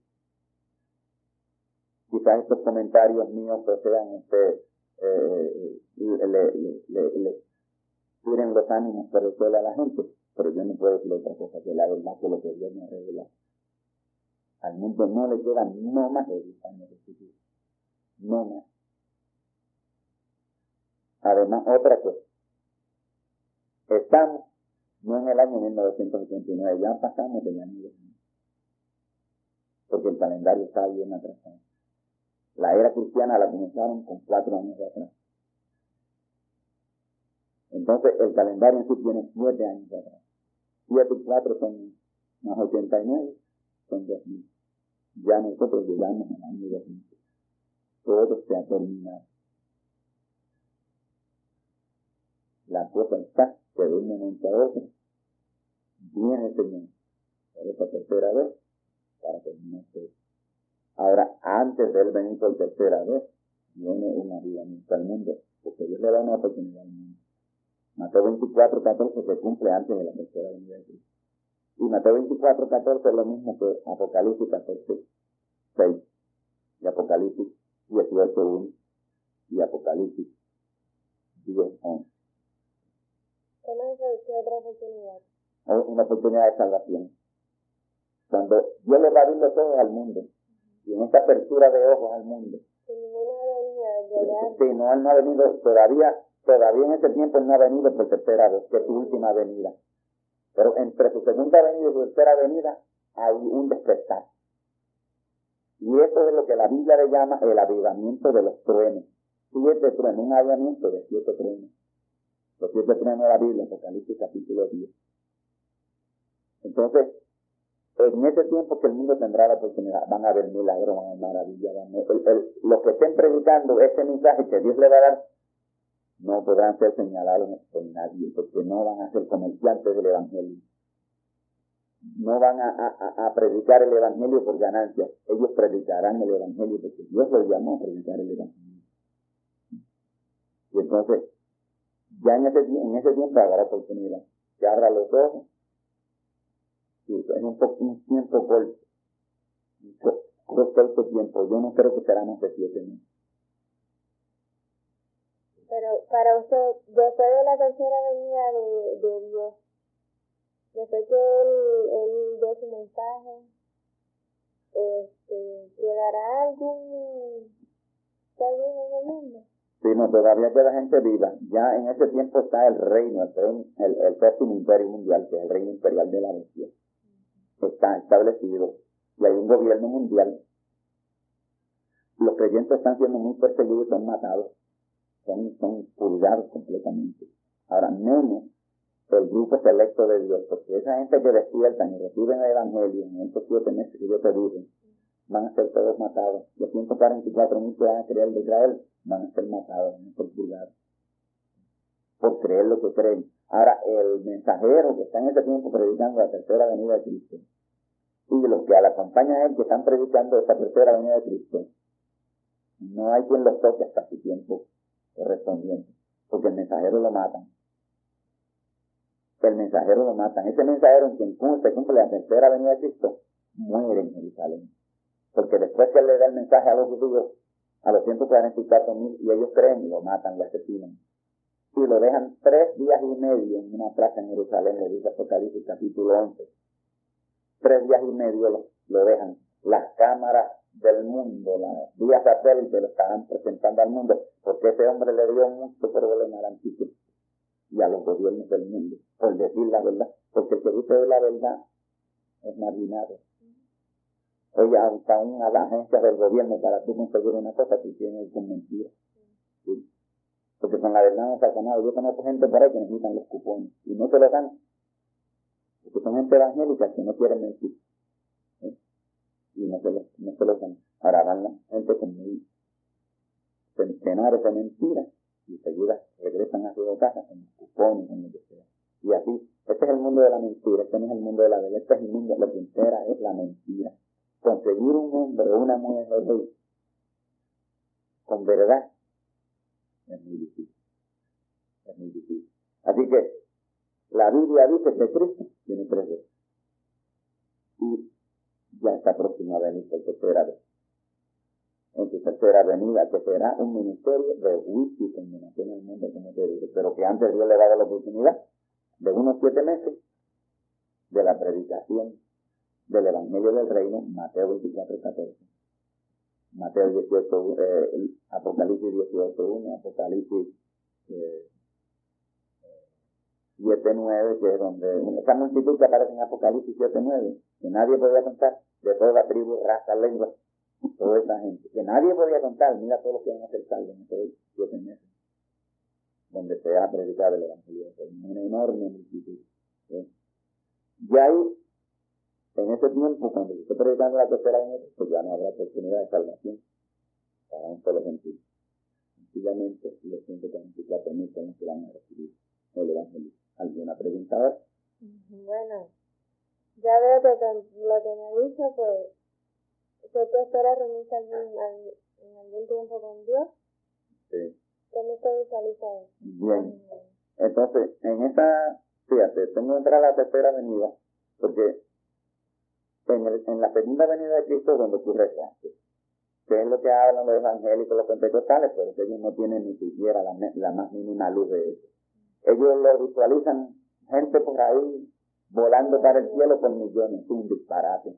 Quizás estos comentarios míos pues sean, le tiren los ánimos por el suelo a la gente, pero yo no puedo decir otra cosa que la verdad que lo que Dios me revela. Al mundo no le quedan no más de 10 años de futuro. No más. Además, otra cosa. Estamos no en el año 1989, ya pasamos del año 2000. Porque el calendario está bien atrasado. La era cristiana la comenzaron con 4 años de atrás. Entonces, el calendario en sí tiene 7 años de atrás. 7 y 4 son más 89, son 2000. Ya nosotros llegamos al año 2000. Todo se ha terminado. La cosa está que de un momento a otro viene el Señor por esa tercera vez para terminar todo. Ahora, antes de él venir por tercera vez, viene un avivamiento al mundo, porque Dios le da una oportunidad al mundo. Mateo 24:14 se cumple antes de la tercera venida de Cristo. Y Mateo 24:14 es lo mismo que Apocalipsis 14:6, y Apocalipsis 18:1, y Apocalipsis 10:11. ¿Cómo es otra oportunidad? Una oportunidad de salvación. Cuando Dios le va a abrir los ojos al mundo, y en esta apertura de ojos al mundo, Sin ninguna venida de llegar. sí, no, él no ha venido todavía en ese tiempo él no ha venido por tercera vez, que es su última venida. Pero entre su segunda venida y su tercera venida hay un despertar. Y eso es lo que la Biblia le llama el avivamiento de los truenos. 7 truenos, un avivamiento de 7 truenos. Los 7 truenos de la Biblia, Apocalipsis capítulo 10. Entonces, en ese tiempo que el mundo tendrá la oportunidad, van a haber milagros, van a haber maravillas. Los que estén predicando este mensaje que Dios le va a dar, no podrán ser señalados por nadie, porque no van a ser comerciantes del Evangelio. No van a predicar el Evangelio por ganancia. Ellos predicarán el Evangelio porque Dios los llamó a predicar el Evangelio. Y entonces, ya en ese tiempo habrá oportunidad. Que abra los ojos. Sí, es un tiempo corto. Un corto tiempo. Yo no creo que será más de 7 meses. Pero para usted, después de la tercera venida de Dios, después que él dé su mensaje, ¿quedará algún salvo en el mundo? Sí, no, todavía queda gente viva. Ya en ese tiempo está el reino, el séptimo imperio mundial, que es el reino imperial de la bestia. Está establecido y hay un gobierno mundial. Los creyentes están siendo muy perseguidos y son matados. Son purgados completamente. Ahora, menos el grupo selecto de Dios, porque esa gente que despiertan y reciben el Evangelio en estos 7 meses que yo te dije, van a ser todos matados. Los 144,000 que van a creer de Israel van a ser matados, van a ser purgados por creer lo que creen. Ahora, el mensajero que está en ese tiempo predicando la tercera venida de Cristo y los que la acompañan a él que están predicando esta tercera venida de Cristo, no hay quien los toque hasta su tiempo correspondiente, porque el mensajero lo matan. El mensajero lo matan. Ese mensajero en quien se cumple la tercera venida de Cristo muere en Jerusalén, porque después que él le da el mensaje a los judíos, a los 144,000, y ellos creen, lo matan, lo asesinan y lo dejan 3 días y medio en una plaza en Jerusalén, le dice Apocalipsis capítulo 11. 3 días y medio lo dejan. Las cámaras del mundo, las vías satélites lo estarán presentando al mundo, porque ese hombre le dio mucho problema al anticristo y a los gobiernos del mundo, por decir la verdad, porque el que dice la verdad es marginado, Oye, hasta una agencia del gobierno para tú conseguir una cosa, tú tienes con mentiras. ¿Sí? Porque con la verdad no saca nada. Yo conozco gente por ahí que necesitan los cupones y no se los dan. Porque son gente evangélica que no quieren mentir. ¿Sí? Y no se los dan. Ahora van la gente con muy centenares de mentiras y seguidas regresan a su casa con los cupones, con lo que sea. Y así, este es el mundo de la mentira, este no es el mundo de la verdad, este es el mundo, lo que entera es la mentira. Conseguir un hombre o una mujer con verdad es muy difícil. Es muy difícil. Así que la Biblia dice que Cristo tiene 3 veces. Y ya está próximo a venir por tercera vez. En su tercera venida, que será un ministerio de juicio y condenación al mundo, como te dije, pero que antes Dios le daba la oportunidad de unos 7 meses de la predicación del Evangelio del Reino, Mateo 24:14, Mateo 18, Apocalipsis 18:1, Apocalipsis 7:9, que es donde esa multitud que aparece en Apocalipsis 7:9, que nadie podía contar, de toda tribu, raza, lengua, toda esa gente, que nadie podía contar. Mira todos los que van a ser salvos en estos 7 meses, donde se ha predicado el Evangelio del Reino, una enorme multitud. Ya ahí, en ese tiempo, cuando se esté predicando la tercera venida, pues ya no habrá oportunidad de salvación para un solo gentil. Sencillamente, los 144,000 son los que van a recibir el Evangelio. ¿Alguna pregunta ahora? Bueno, ya veo que con lo que me dice, pues, ¿usted espera reunirse en algún tiempo con Dios? Sí. ¿Cómo se visualiza eso? Bien. Entonces, en esa, fíjate, tengo que entrar a la tercera venida, porque en la segunda venida de Cristo es donde ocurre el rapto. ¿Qué es lo que hablan los evangélicos, los pentecostales? Pero ellos no tienen ni siquiera la más mínima luz de eso. Ellos lo visualizan, gente por ahí volando para el cielo por millones, es un disparate.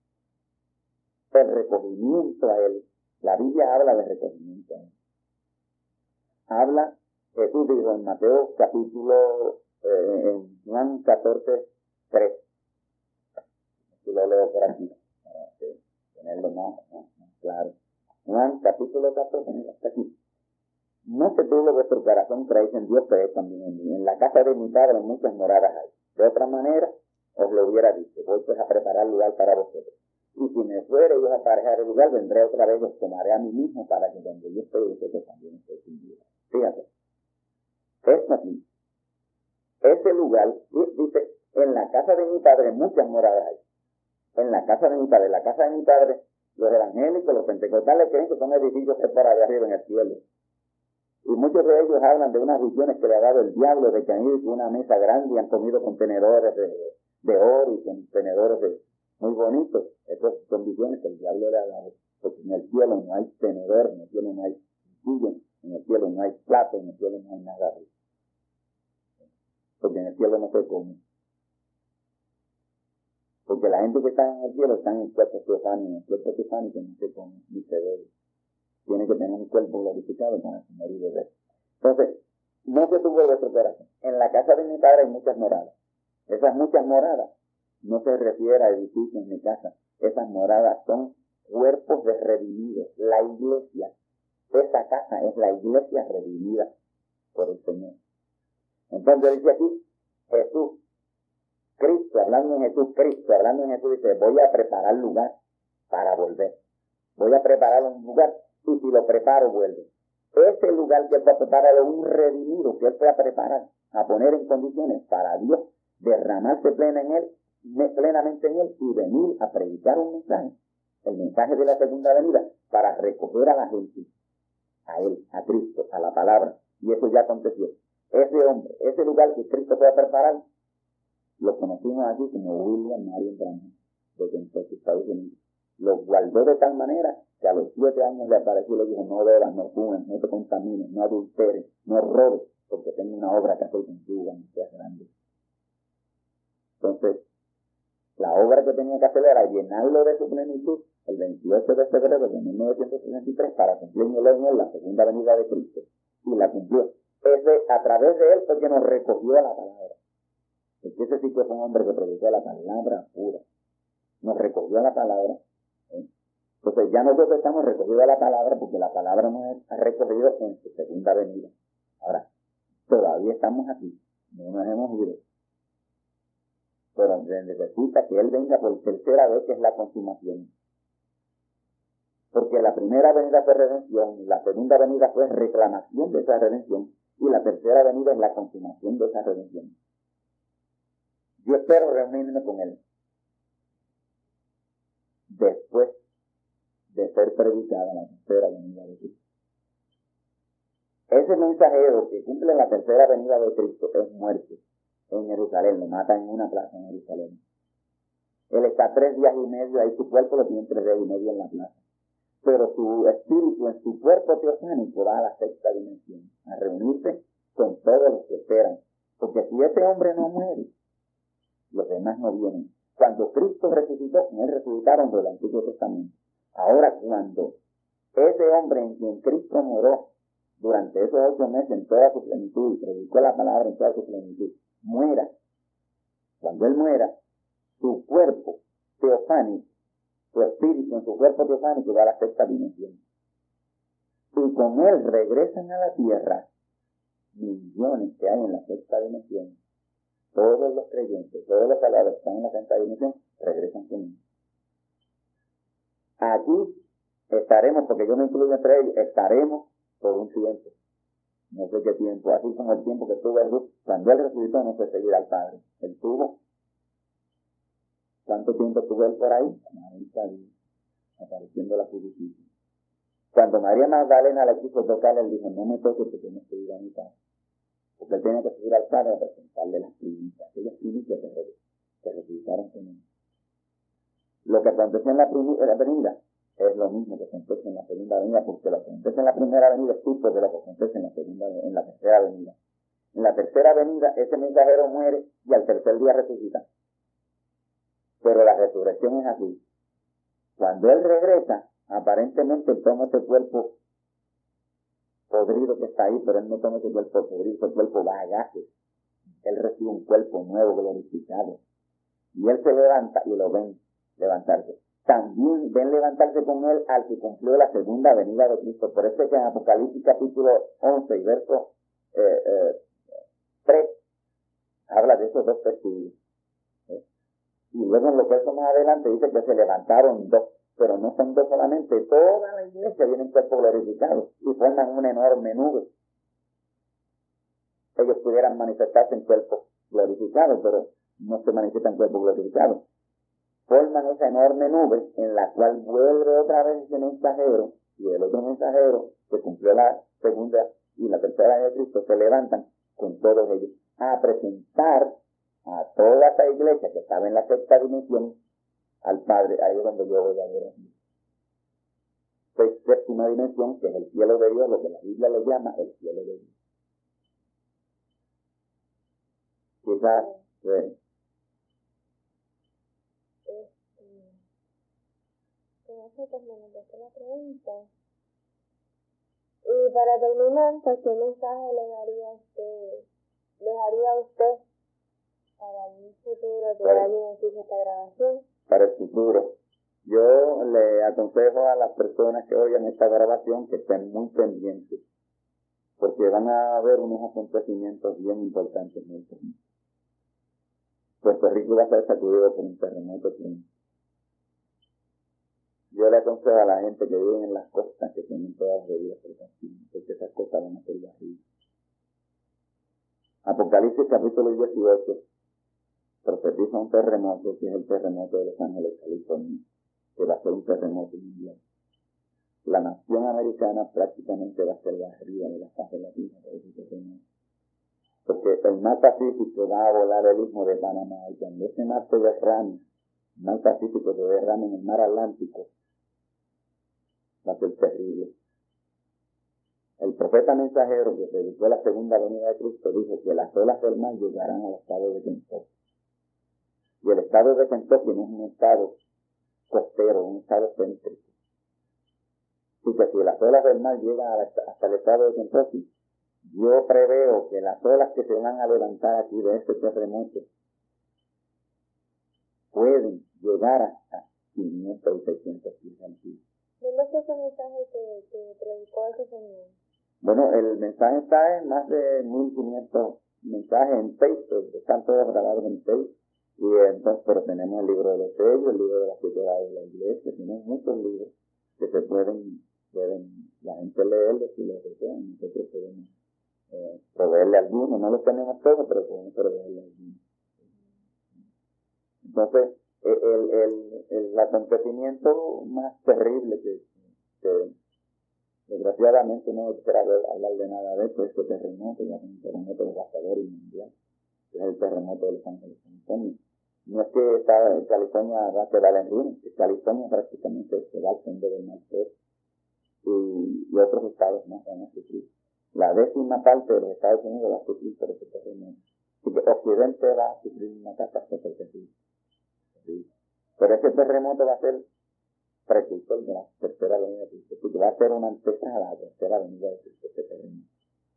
El recogimiento a él, la Biblia habla de recogimiento a él. Habla, Jesús dijo en Mateo capítulo, en Juan 14:3. Lo leo por aquí, para tenerlo más claro. Juan capítulo 14, hasta aquí. No se turbe vuestro corazón, creéis en Dios, creéis también en mí. En la casa de mi Padre muchas moradas hay. De otra manera, os lo hubiera dicho, voy pues a preparar lugar para vosotros. Y si me fuere y os aparejaré el lugar, vendré otra vez y os tomaré a mí mismo, para que donde yo esté, vosotros también estéis sin vida. Fíjate, esto aquí, ese lugar, dice, en la casa de mi Padre muchas moradas hay. En la casa de mi Padre, la casa de mi Padre, los evangélicos, los pentecostales creen que son edificios que por allá arriba en el cielo. Y muchos de ellos hablan de unas visiones que le ha dado el diablo, de que han ido con una mesa grande y han comido contenedores de oro y contenedores muy bonitos. Estas son visiones que el diablo le ha dado. Porque en el cielo no hay tenedor, en el cielo no hay cuchillo, en el cielo no hay plato, en el cielo no hay nada de eso. Porque en el cielo no se come. Porque la gente que está en el cielo está en el cuerpo teofánico, en el cuerpo teofánico no se come ni se bebe. Tiene que tener un cuerpo glorificado para comer y beber. Entonces, no se tuvo vuestro corazón. En la casa de mi Padre hay muchas moradas. Esas muchas moradas no se refiere a edificios ni casas. Esas moradas son cuerpos de redimidos. La iglesia, esa casa es la iglesia redimida por el Señor. Entonces dice aquí, Jesús, Cristo, hablando en Jesús, dice, voy a preparar lugar para volver. Voy a preparar un lugar y si lo preparo, vuelve. Ese lugar que él va a preparar es un redimido que él fue a preparar, a poner en condiciones para Dios derramarse plenamente en él y venir a predicar un mensaje, el mensaje de la segunda venida, para recoger a la gente, a él, a Cristo, a la palabra. Y eso ya aconteció. Ese hombre, ese lugar que Cristo fue a preparar, lo conocimos aquí como William Marion Branham, de Kentucky, Estados Unidos. Lo guardó de tal manera que a los 7 años le apareció y le dijo, no bebas, no fumes, no te contamines, no adulteres, no robes, porque tengo una obra que hacer contigo cuando seas grande. Entonces, la obra que tenía que hacer era llenarlo de su plenitud el 28 de febrero de 1963 para cumplir en él la segunda venida de Cristo. Y la cumplió. A través de él fue que nos recogió la palabra. Porque ese sí que fue un hombre que predicó la palabra pura. Nos recogió la palabra Entonces ya nosotros estamos recogidos a la palabra porque la palabra nos ha recogido en su segunda venida. Ahora, todavía estamos aquí, no nos hemos ido. Pero necesita que Él venga por tercera vez, que es la consumación. Porque la primera venida fue redención, la segunda venida fue reclamación de esa redención, y la tercera venida es la consumación de esa redención. Yo espero reunirme con Él después de ser predicada la tercera venida de Cristo. Ese mensajero que cumple la tercera venida de Cristo es muerto en Jerusalén, lo matan en una plaza en Jerusalén. Él está 3 días y medio, ahí su cuerpo lo tiene 3 días y medio en la plaza. Pero su espíritu en su cuerpo teofánico va a la sexta dimensión, a reunirse con todos los que esperan. Porque si ese hombre no muere, los demás no vienen. Cuando Cristo resucitó, no resucitaron del Antiguo Testamento. Ahora cuando ese hombre en quien Cristo moró durante esos 8 meses en toda su plenitud y predicó la palabra en toda su plenitud, muera, cuando él muera, su cuerpo teofánico, su espíritu en su cuerpo teofánico va a la sexta dimensión. Y con él regresan a la tierra millones que hay en la sexta dimensión. Todos los creyentes, todos los salvados que están en la sexta dimensión, regresan con él. Aquí estaremos, porque yo me incluyo entre ellos, estaremos por un tiempo. No sé qué tiempo, así como el tiempo que tuvo Jesús. Cuando él resucitó no fue seguir al Padre. Él tuvo, ¿cuánto tiempo tuvo él por ahí? 40 días, apareciendo la publicidad. Cuando María Magdalena le quiso tocar, él dijo, no me toques porque no estoy a mi Padre. Porque él tenía que subir al Padre a presentarle las primicias, aquellas primicias que resucitaron con él. Lo que aconteció en la primera venida es lo mismo que acontece en la segunda venida, porque lo que acontece en la primera venida es tipo de lo que acontece en la tercera venida. En la tercera venida, ese mensajero muere y al tercer día resucita. Pero la resurrección es así. Cuando él regresa, aparentemente él toma ese cuerpo podrido que está ahí, pero él no toma ese cuerpo podrido, ese cuerpo va a gases. Él recibe un cuerpo nuevo, glorificado. Y él se levanta y lo ven levantarse. También ven levantarse con él al que cumplió la segunda venida de Cristo. Por eso es que en Apocalipsis capítulo 11 y verso 3 habla de esos 2 testigos. Y luego en los versos más adelante dice que se levantaron 2, pero no son 2 solamente, toda la iglesia viene en cuerpo glorificado y forman una enorme nube. Ellos pudieran manifestarse en cuerpo glorificado, pero no se manifiestan en cuerpo glorificado. Forman esa enorme nube en la cual vuelve otra vez ese mensajero y el otro mensajero que cumplió la segunda y la tercera de Cristo se levantan con todos ellos a presentar a toda esa iglesia que estaba en la sexta dimensión al Padre. Ahí es donde yo voy a ver aquí. Séptima dimensión, que es el cielo de Dios, lo que la Biblia le llama el cielo de Dios. Quizás, la pregunta. Y para terminar, pues, ¿qué mensaje le daría a usted para el futuro que alguien escuche esta grabación? Para el futuro, yo le aconsejo a las personas que oigan esta grabación que estén muy pendientes, porque van a haber unos acontecimientos bien importantes en el país. Puerto Rico va a ser sacudido por un terremoto pronto. Yo le aconsejo a la gente que vive en las costas que tienen todas las debidas precauciones, porque esas costas van a ser barridas. Apocalipsis capítulo 18 profetiza un terremoto, que es el terremoto de Los Ángeles, California, que va a ser un terremoto mundial. La nación americana prácticamente va a ser barrida de la faz de la tierra por ese terremoto. Porque el mar Pacífico va a volar el istmo de Panamá, y cuando ese mar se derrame, el mar Pacífico se derrame en el mar Atlántico, va a ser terrible. El profeta mensajero que predicó la segunda venida de Cristo dijo que las olas del mar llegarán al estado de Kentucky. Y el estado de Kentucky no es un estado costero, un estado céntrico. Así que si las olas del mar llegan hasta el estado de Kentucky, yo preveo que las olas que se van a levantar aquí de este terremoto pueden llegar hasta 500 y 600 pies de altura. ¿Dónde está ese mensaje que predicó ese señor? Bueno, el mensaje está en más de 1500 mensajes en Facebook, están todos grabados en Facebook. Y entonces, pero tenemos el libro de los sellos, el libro de las 7 edades de la iglesia, tenemos muchos libros que se pueden la gente leerlos si los desean. Nosotros podemos proveerle algunos, no los tenemos todos, pero podemos proveerle algunos. Entonces, el acontecimiento más terrible que desgraciadamente no quisiera hablar de nada de esto, este terremoto, ya es un terremoto devastador y mundial, que es el terremoto de Los Ángeles, California. No es que California va a quedar en ruinas, que California prácticamente se va al fondo del mar y otros estados más van a sufrir. La 10ª parte de los Estados Unidos va a sufrir por ese terremoto. Así que Occidente va a sufrir una catástrofe terrible. Pero ese terremoto va a ser precursor de la tercera venida de Cristo, porque va a ser una antesala a la tercera venida de Cristo, este terremoto.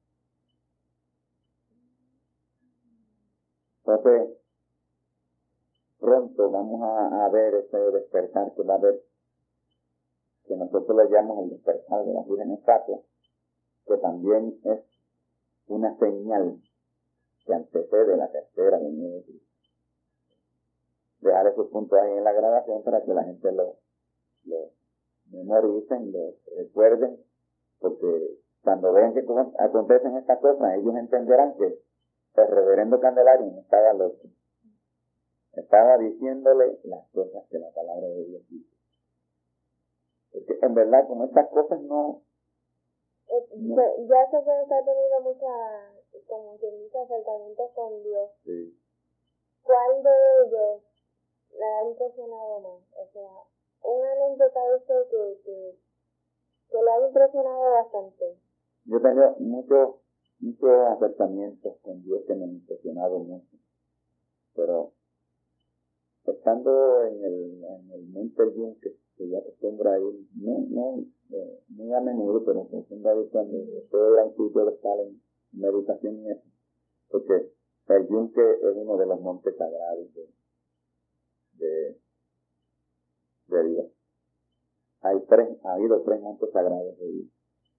Entonces, pronto vamos a ver ese despertar que va a haber, que nosotros le llamamos el despertar de las vírgenes fatuas, que también es una señal que antecede la tercera venida de Cristo. Dejar esos puntos ahí en la grabación para que la gente lo memoricen, lo recuerden, porque cuando vean que acontecen estas cosas, ellos entenderán que el reverendo Candelario no estaba loco. Estaba diciéndole las cosas que la palabra de Dios dice. Porque en verdad, como estas cosas no. Ya se puede estar teniendo como muchos acercamientos con Dios. Sí. ¿Cuál de ellos le ha impresionado más? O sea, una anécdota de esto que le ha impresionado bastante. Yo he tenido muchos acercamientos con Dios que me han impresionado mucho. Pero estando en el Monte Yunque, que yo acostumbro a ir, no muy a menudo, pero acostumbro a ir cuando estoy en un sitio de estar en meditación y eso, porque el Yunque es uno de los montes sagrados de Dios. Ha habido 3 montes sagrados de Dios: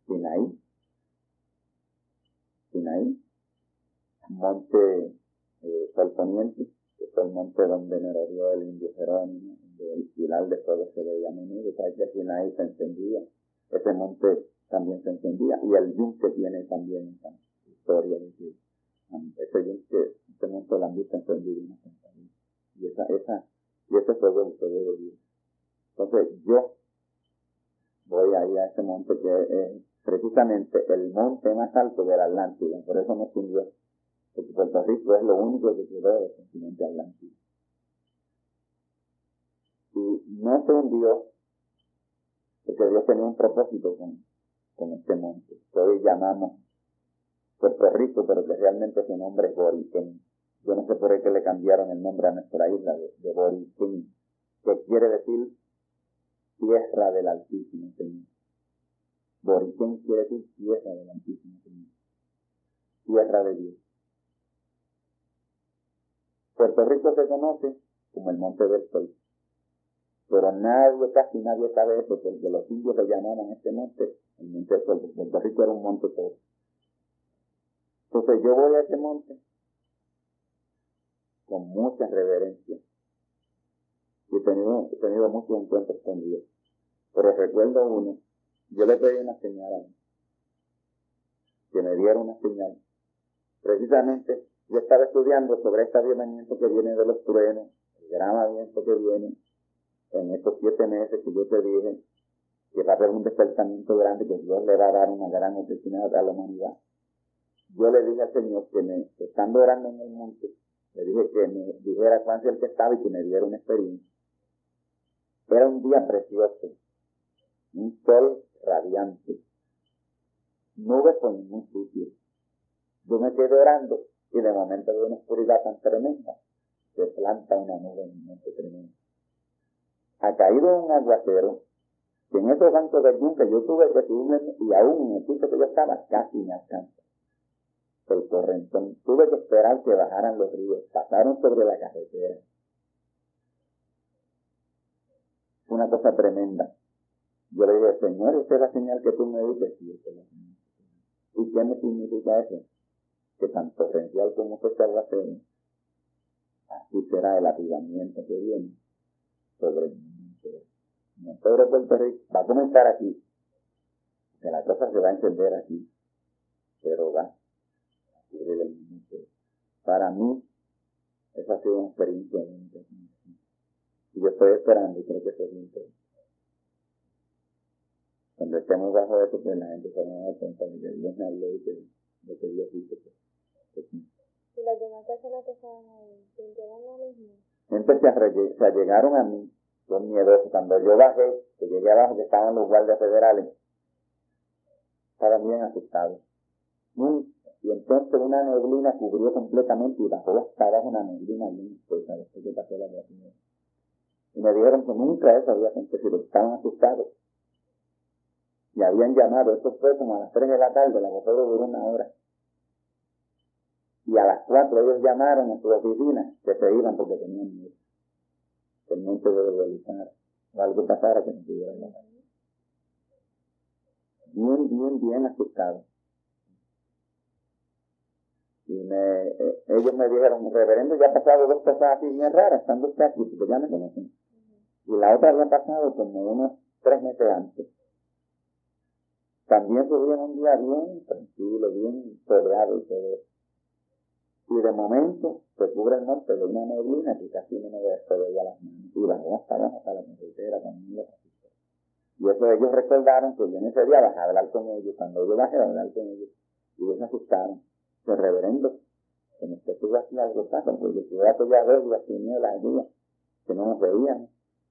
Sinaí, monte Sol Poniente, que es el monte donde merodeó el indio Jerónimo, donde el pilar de fuego se veía a menudo. Sabes que Sinaí se encendía, ese monte también se encendía, y el Yunque tiene también esa historia de que ese monte lo han visto encendido una compañía, y ese fuego es el fuego de Dios. Entonces yo voy a ir a ese monte que es precisamente el monte más alto de la Atlántida, por eso nos hundió, porque Puerto Rico es lo único que quedó del continente atlántico. Y no se hundió porque Dios tenía un propósito con este monte, que hoy llamamos Puerto Rico, pero que realmente su nombre es Boriquén. Yo no sé por qué le cambiaron el nombre a nuestra isla de Boriquén, que quiere decir tierra del Altísimo Señor. Boriquén quiere decir tierra del Altísimo Señor, tierra de Dios. Puerto Rico se conoce como el Monte del Sol, pero casi nadie sabe eso, porque los indios le llamaban este monte el Monte del Sol. Puerto Rico era un monte todo. Entonces yo voy a ese monte con mucha reverencia, y he tenido muchos encuentros con Dios, pero recuerdo uno. Yo le pedí una señal a mí, que me diera una señal. Precisamente yo estaba estudiando sobre este avivamiento que viene de los truenos, el gran avivamiento que viene en estos 7 meses que yo te dije, que va a haber un despertamiento grande, que Dios le va a dar una gran oportunidad a la humanidad. Yo le dije al Señor que estando orando en el monte, le dije que me dijera cuánto el que estaba y que me diera una experiencia. Era un día precioso, un sol radiante, nubes por ningún sitio. Yo me quedé orando y de momento veo una oscuridad tan tremenda que planta una nube en un monte tremendo. Ha caído un aguacero que en esos bancos de Yunque yo tuve que subirme, y aún en el sitio que yo estaba casi me alcanza el torrentón. Tuve que esperar que bajaran los ríos, pasaron sobre la carretera. Una cosa tremenda. Yo le dije, Señor, ¿esta es la señal que tú me dices? Sí, esta es la señal. ¿Y qué me significa eso? Que tan potencial como usted se va a hacer, así será el avivamiento que viene sobre el mundo. No, sobre Puerto Rico va a comenzar aquí, que la cosa se va a encender aquí, pero va a cubrir el mundo. Para mí, esa ha sido una experiencia única. Y yo estoy esperando y creo que eso es interesante. Cuando estemos bajo eso, pues la gente se va a dar cuenta de que Dios me habló y de que Dios hizo. ¿Y las demás personas que estaban ahí sintieron lo mismo? Gente se allegaron a mí, son miedosos. Cuando yo bajé, que llegué abajo, que estaban los guardias federales, estaban bien asustados. Y entonces una neblina cubrió completamente y bajó hasta abajo una neblina bien espesa después que pasó la neblina. Y me dijeron que nunca eso había acontecido, estaban asustados. Y habían llamado, esto fue como a las 3 de la tarde, la vocero duró 1 hora. Y a las 4 ellos llamaron a su oficina, que se iban porque tenían miedo. Que el monte de realizar, o algo pasara que no pudiera llamar. Bien asustados. Y ellos me dijeron, reverendo, ya ha pasado 2 cosas así bien raras, estando usted aquí, porque ya me conocen. Y la otra había pasado como unos 3 meses antes. También subí en un día bien tranquilo, bien soleado y todo eso. Y de momento se cubre el norte de una neblina que casi no me veía las manos. Y bajó hasta abajo, hasta la carretera, también los asustó. Y eso ellos recordaron que yo en ese día bajé a hablar con ellos. Cuando yo bajé a hablar con ellos, y ellos se asustaron. El reverendo, que me estuvo así algo pasa, porque yo aquella vez y así me las días, que no nos veíamos.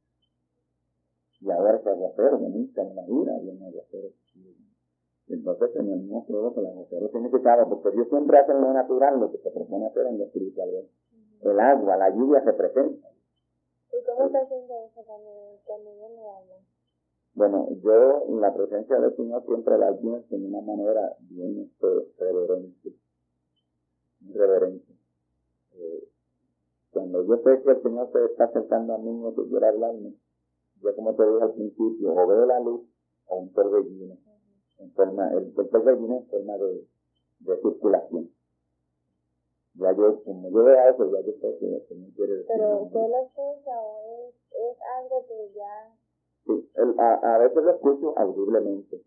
Y ahora ese aguacero, que nunca en la vida había un aguacero. Entonces en el mismo juego que el aguacero significaba, porque Dios siempre hace en lo natural lo que se propone hacer en lo espiritual. El agua, la lluvia se presenta. ¿Y cómo se siente eso cuando Dios le habla? Bueno, yo la presencia del Señor siempre la vivo de una manera bien reverente. Cuando yo sé que el Señor se está acercando a mí o que quiere hablarme, yo como te dije al principio, o veo la luz o un torbellino. El torbellino en forma de circulación. Ya yo, como yo vea eso, ya yo sé que el Señor quiere decir. ¿Pero usted lo escucha o es algo que ya...? Sí, a veces lo escucho audiblemente.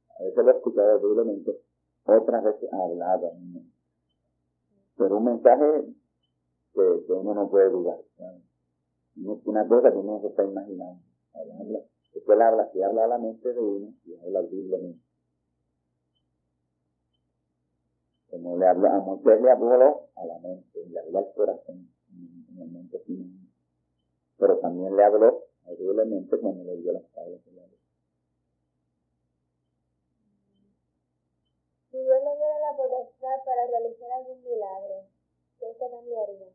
Otras veces hablado. Pero un mensaje que uno no puede dudar. ¿Sabes? Una cosa que uno se está imaginando. Él habla, si habla a la mente de uno, y habla audiblemente. Como le habla a Moisés, le habló a la mente, le habló al corazón, en el mente final. Pero también le habló audiblemente cuando le dio las tablas de la ley. Si Dios le diera la potestad para realizar algún milagro, ¿qué se cambiaría?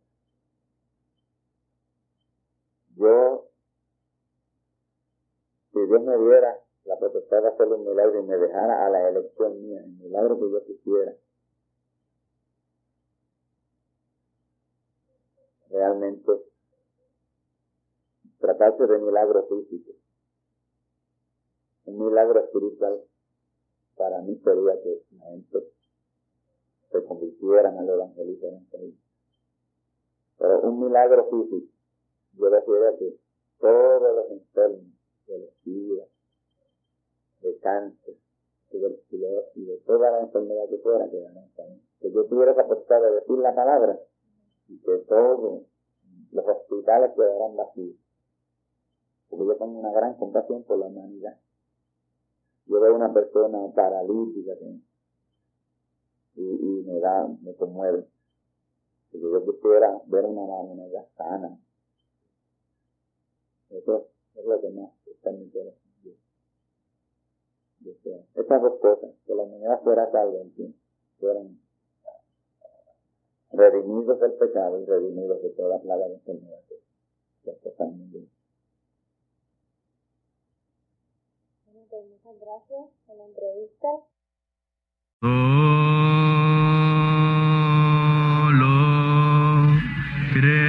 Si Dios me diera la potestad de hacer un milagro y me dejara a la elección mía, el milagro que yo quisiera, realmente tratarse de milagro físico, un milagro espiritual, para mí sería que la gente se convirtieran al evangelista en el país. Pero un milagro físico, yo decía que todos los enfermos de lesiva, de cáncer, tuberculosis y de toda la enfermedad que fuera, quedaran sanos. Que yo tuviera esa potestad de decir la palabra y que todos los hospitales quedaran vacíos. Porque yo tengo una gran compasión por la humanidad. Yo veo una persona paralítica y me conmueve. Porque yo quisiera ver una mano ya sana. Eso es lo que más está en mi corazón. Estas 2 cosas, que la humanidad fuera salva, fueran redimidos del pecado y redimidos de toda plaga de enfermedad que están en Dios. Bueno, pues muchas gracias por la entrevista.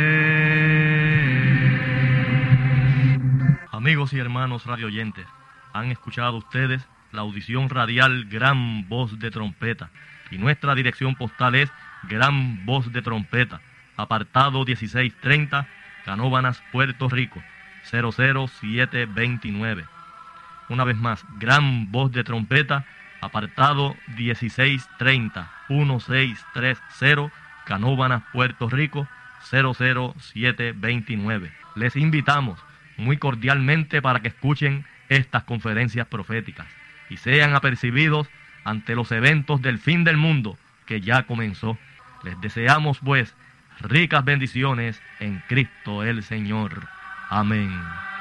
Amigos y hermanos radioyentes, Han escuchado ustedes la audición radial Gran Voz de Trompeta, y nuestra dirección postal es Gran Voz de Trompeta, apartado 1630, Canóvanas, Puerto Rico, 00729. Una vez más, Gran Voz de Trompeta, apartado 1630, 1630, Canóvanas, Puerto Rico, 00729. Les invitamos muy cordialmente para que escuchen estas conferencias proféticas y sean apercibidos ante los eventos del fin del mundo que ya comenzó. Les deseamos pues ricas bendiciones en Cristo el Señor. Amén.